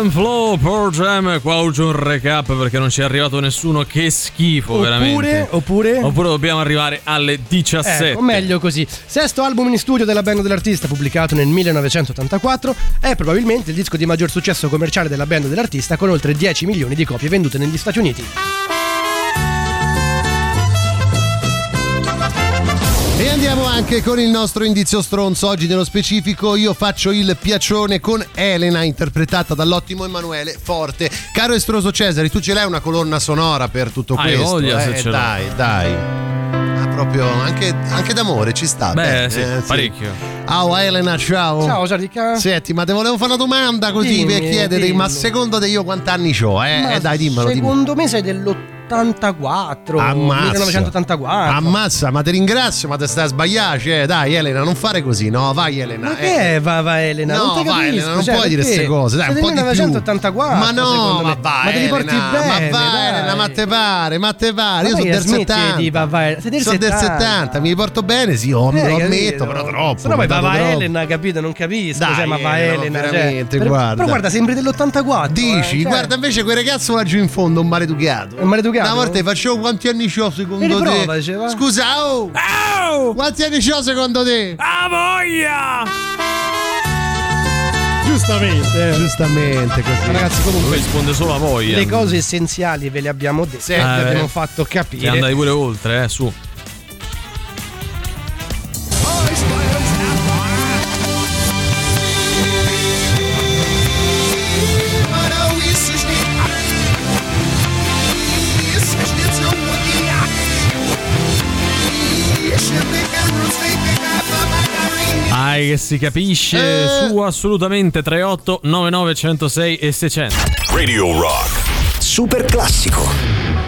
and Flow, Pearl Jam. Qua oggi un recap perché non ci è arrivato nessuno. Che schifo, Oppure, veramente. oppure Oppure dobbiamo arrivare alle diciassette. Ecco, meglio così. Sesto album in studio della band dell'artista, pubblicato nel millenovecentottantaquattro, è probabilmente il disco di maggior successo commerciale della band dell'artista, con oltre dieci milioni di copie vendute negli Stati Uniti. E andiamo anche con il nostro indizio stronzo. Oggi nello specifico io faccio il piacione con Elena, interpretata dall'ottimo Emanuele Forte. Caro estroso Cesari, tu ce l'hai una colonna sonora per tutto Hai questo? voglia, se eh, ce l'ho. dai, dai. Ah, proprio anche, anche d'amore ci sta. Beh, bene, sì, eh, parecchio. Ciao Elena, ciao. Ciao Sarica. Senti, ma te volevo fare una domanda così Dimmi, per chiederti, dimmi. ma secondo te io quanti anni ho? Eh, Ma eh dai, dimmelo, dimmelo. secondo me sei dell'ottantaquattro. Ammazza. millenovecentottantaquattro. Ammazza, ma ti ringrazio, ma te stai a sbagliare. Cioè, dai, Elena, non fare così. No, vai, Elena. Ma eh. che è, va, va Elena? No, non ti vai, capisco, Elena, non cioè, puoi dire perché? queste cose, dai, Sei un po' del di più. millenovecentottantaquattro. Ma no, secondo ma me. vai, Ma te li porti Elena, bene, ma vai, dai. Elena, ma te pare, ma te pare. Ma Io dai, sono del smetti settanta. di va, vai. Sei del sono del settanta. settanta, mi porto bene, sì, oh, Eh, lo capito? ammetto, però troppo. Se no poi mi va, dato va troppo. Elena, capito? Non capisco. Dai, cioè, ma va Elena, Elena, cioè, veramente, per- guarda. Però guarda, sembri dell'ottantaquattro. Dici, eh, cioè. guarda invece quel ragazzo laggiù in fondo, un maleducato. Un maleducato? Una volta facevo quanti anni c'ho secondo E te? riprova, diceva. Scusa, oh! Quanti anni c'ho secondo te? A voglia! Giustamente, eh. Giustamente così. Ragazzi, comunque risponde solo a voi. le cose essenziali ve le abbiamo dette, Sì. ve le Eh, abbiamo eh. fatto E capire. andai pure oltre, eh, su. Ai, che si capisce Eh. su assolutamente tre otto nove nove uno zero sei e seicento. Radio Rock. Super classico.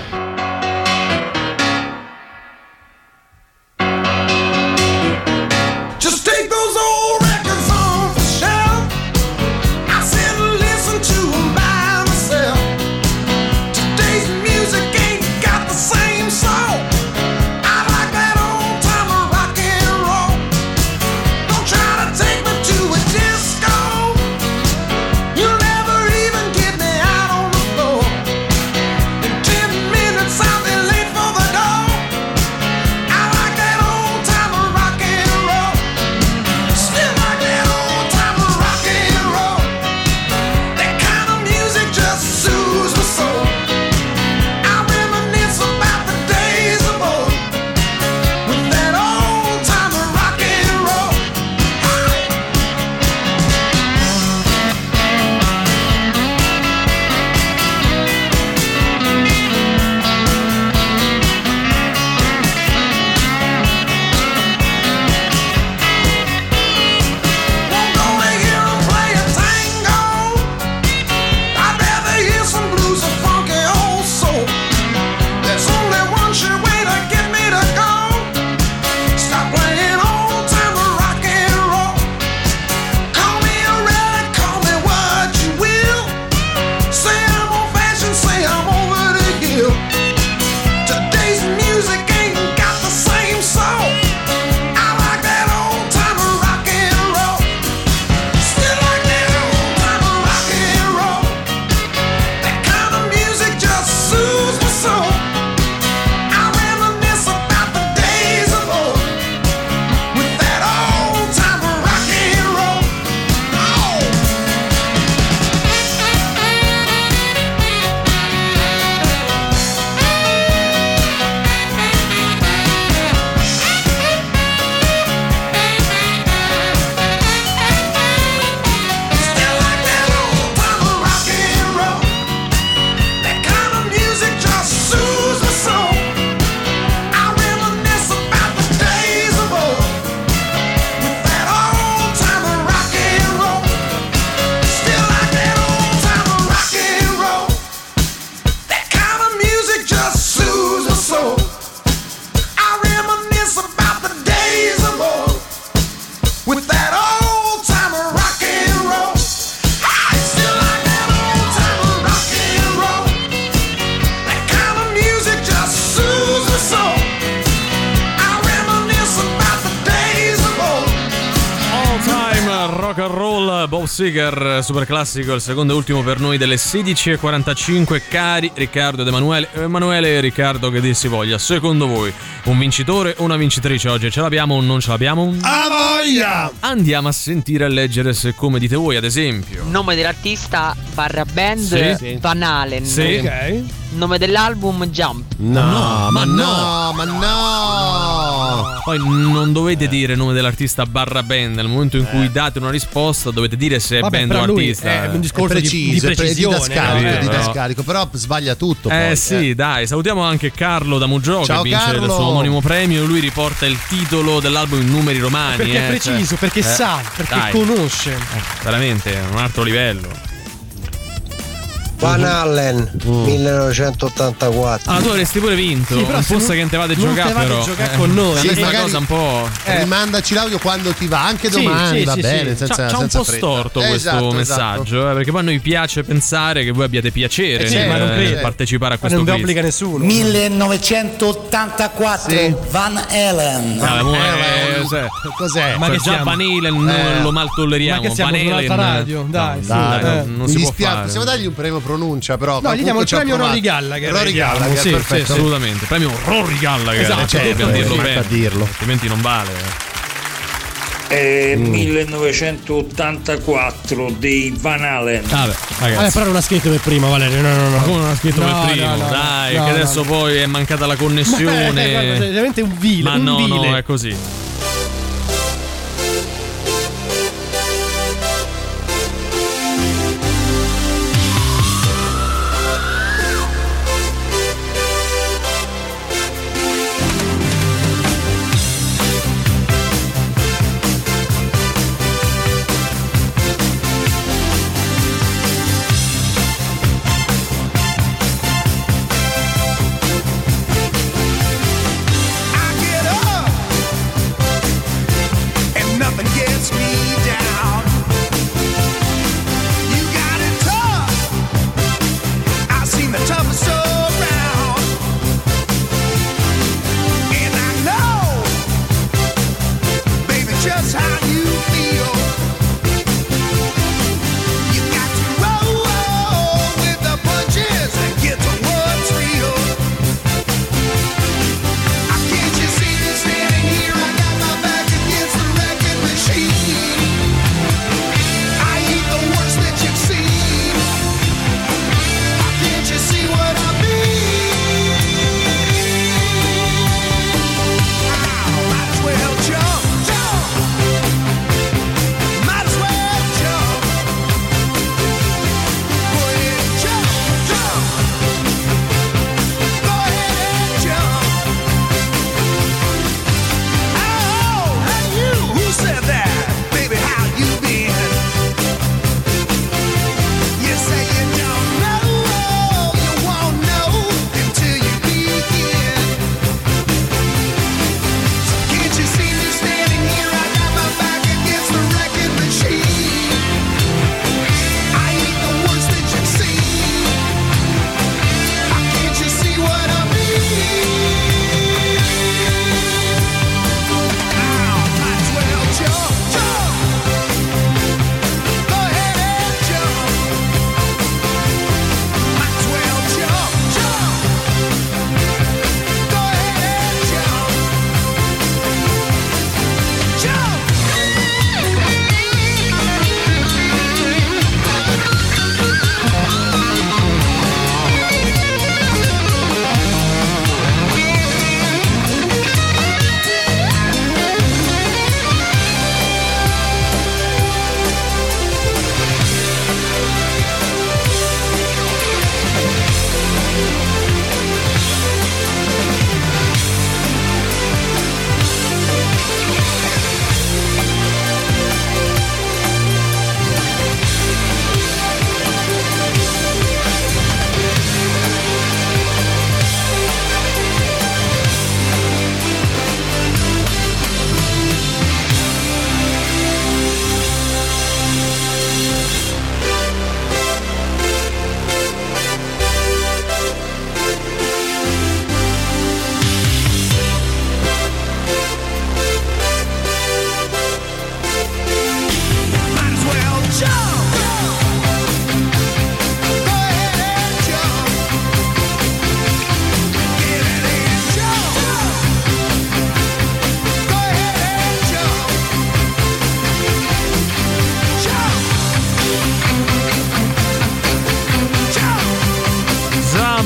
Just take those old records off the shelf. I sit and listen to them by myself. Today's music ain't got the same soul. I like that old time rock and roll. Don't try to take me to a disco. You'll never even get me out on the floor. Bob Seger, super classico, il secondo e ultimo per noi delle sedici e quarantacinque. Cari Riccardo ed Emanuele, Emanuele e Riccardo, che dir si voglia, secondo voi un vincitore o una vincitrice oggi? Ce l'abbiamo o non ce l'abbiamo? A voglia! Andiamo a sentire e leggere se come dite voi, ad esempio. Nome dell'artista barra band Sì. Van Halen. Sì. Ok. Nome dell'album Jump. No, No, ma ma no, ma no. Poi non dovete dire nome dell'artista barra band. Nel momento in cui date una risposta dovete dire se è Vabbè, band o però lui artista. è un È discorso di- preciso, di, è pre- precisione. didascalico, no? eh, però. didascalico, però sbaglia tutto. Eh poi, sì, dai, salutiamo anche Carlo da Muggio Ciao, che vince Carlo. il suo omonimo premio. Lui riporta il titolo dell'album in numeri romani. Perché è eh, preciso, cioè, perché eh, sa, perché dai, conosce. veramente un altro livello. Van Allen millenovecentottantaquattro. Ah, tu avresti pure vinto. Sì, però un se po' non- che non te vate a non giocare, te vate a però. giocare con noi. A Sì, me sta magari- cosa un po'. Eh. Rimandaci l'audio quando ti va, anche domani, sì, va sì, bene. sì. Senza, C'ha, c'ha un senza po' fretta. storto Eh, questo esatto, messaggio, esatto. eh, perché poi a noi piace pensare che voi abbiate piacere Eh sì, nel ma non credo. partecipare a Ma questo non vi quiz. obbliga nessuno. millenovecentottantaquattro Sì. Van Halen. Vabbè, mo- Eh, eh, cioè, Cos'è? Ma cioè, che già siamo? Van Halen Eh. non lo mal Ma tolleriamo. che siamo Van su un'altra Halen- radio? Dai, no, su, dai, eh. non, non Mi si può dispiace, fare. possiamo dargli un premio pronuncia, però. No, gli diamo il comunque ci ha premio provato. Rory Gallagher. Rory diamo, Gallagher, sì, perfetto. sì, sì. Assolutamente, premio Rory Gallagher. Esatto, cioè, certo, dobbiamo dirlo eh, bene, a dirlo. altrimenti non vale. È millenovecentottantaquattro dei Van Halen. Vabbè, Vabbè, ragazzi. però non ha scritto per prima, Valerio. No, no, no. Ma come non ha scritto No, per primo? no, no, Dai, no, che no, adesso no. poi è mancata la Eh, connessione. guarda, è veramente un vile. Ma un no, vile. no, è così. I get up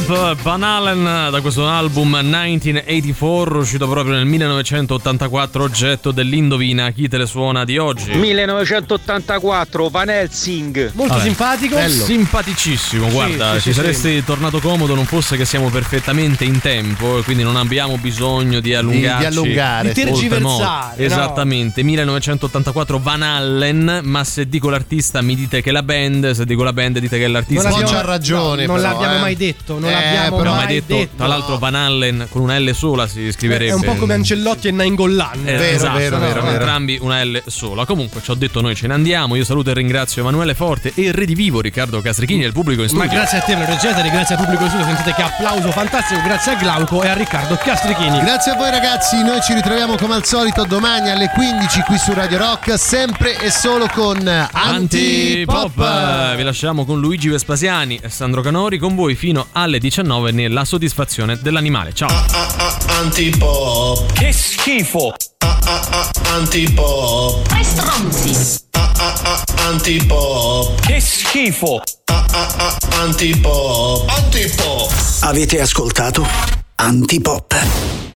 Jump, Van Halen, da questo album millenovecentottantaquattro, uscito proprio nel millenovecentottantaquattro, oggetto dell'Indovina chi te le suona di oggi. millenovecentottantaquattro, Van Helsing. Molto Vabbè. simpatico. Bello. Simpaticissimo, guarda, sì, ci sì, saresti sì. tornato comodo non fosse che siamo perfettamente in tempo e quindi non abbiamo bisogno di allungarci, di allungare, di tergiversare, oltremodo. Esattamente, millenovecentottantaquattro Van Halen, ma se dico l'artista mi dite che è la band, se dico la band dite che è l'artista. Non c'ha ragione, no, non però, l'abbiamo eh. mai detto, non Eh, l'abbiamo però mai, mai detto, detto. tra l'altro Van Halen con una L sola si scriverebbe. È un po' come Ancellotti e Nainggolan. Eh, Vero, esatto, vero, no, vero, vero. entrambi una L sola. Comunque ci ho detto noi ce ne andiamo. Io saluto e ringrazio Emanuele Forte e il redivivo Riccardo Castrichini e il pubblico in studio. Ma grazie a te Valerio Cesari, grazie al pubblico in studio, sentite che applauso fantastico, grazie a Glauco e a Riccardo Castrichini. Grazie a voi ragazzi, noi ci ritroviamo come al solito domani alle quindici qui su Radio Rock, sempre e solo con Antipop. Antipop. Vi lasciamo con Luigi Vespasiani e Sandro Canori con voi fino alle diciannove nella soddisfazione dell'animale. Ciao. Antipop. Che schifo. Antipop. Tre stronzi. Antipop. Che schifo. Antipop. Antipop. Avete ascoltato Antipop.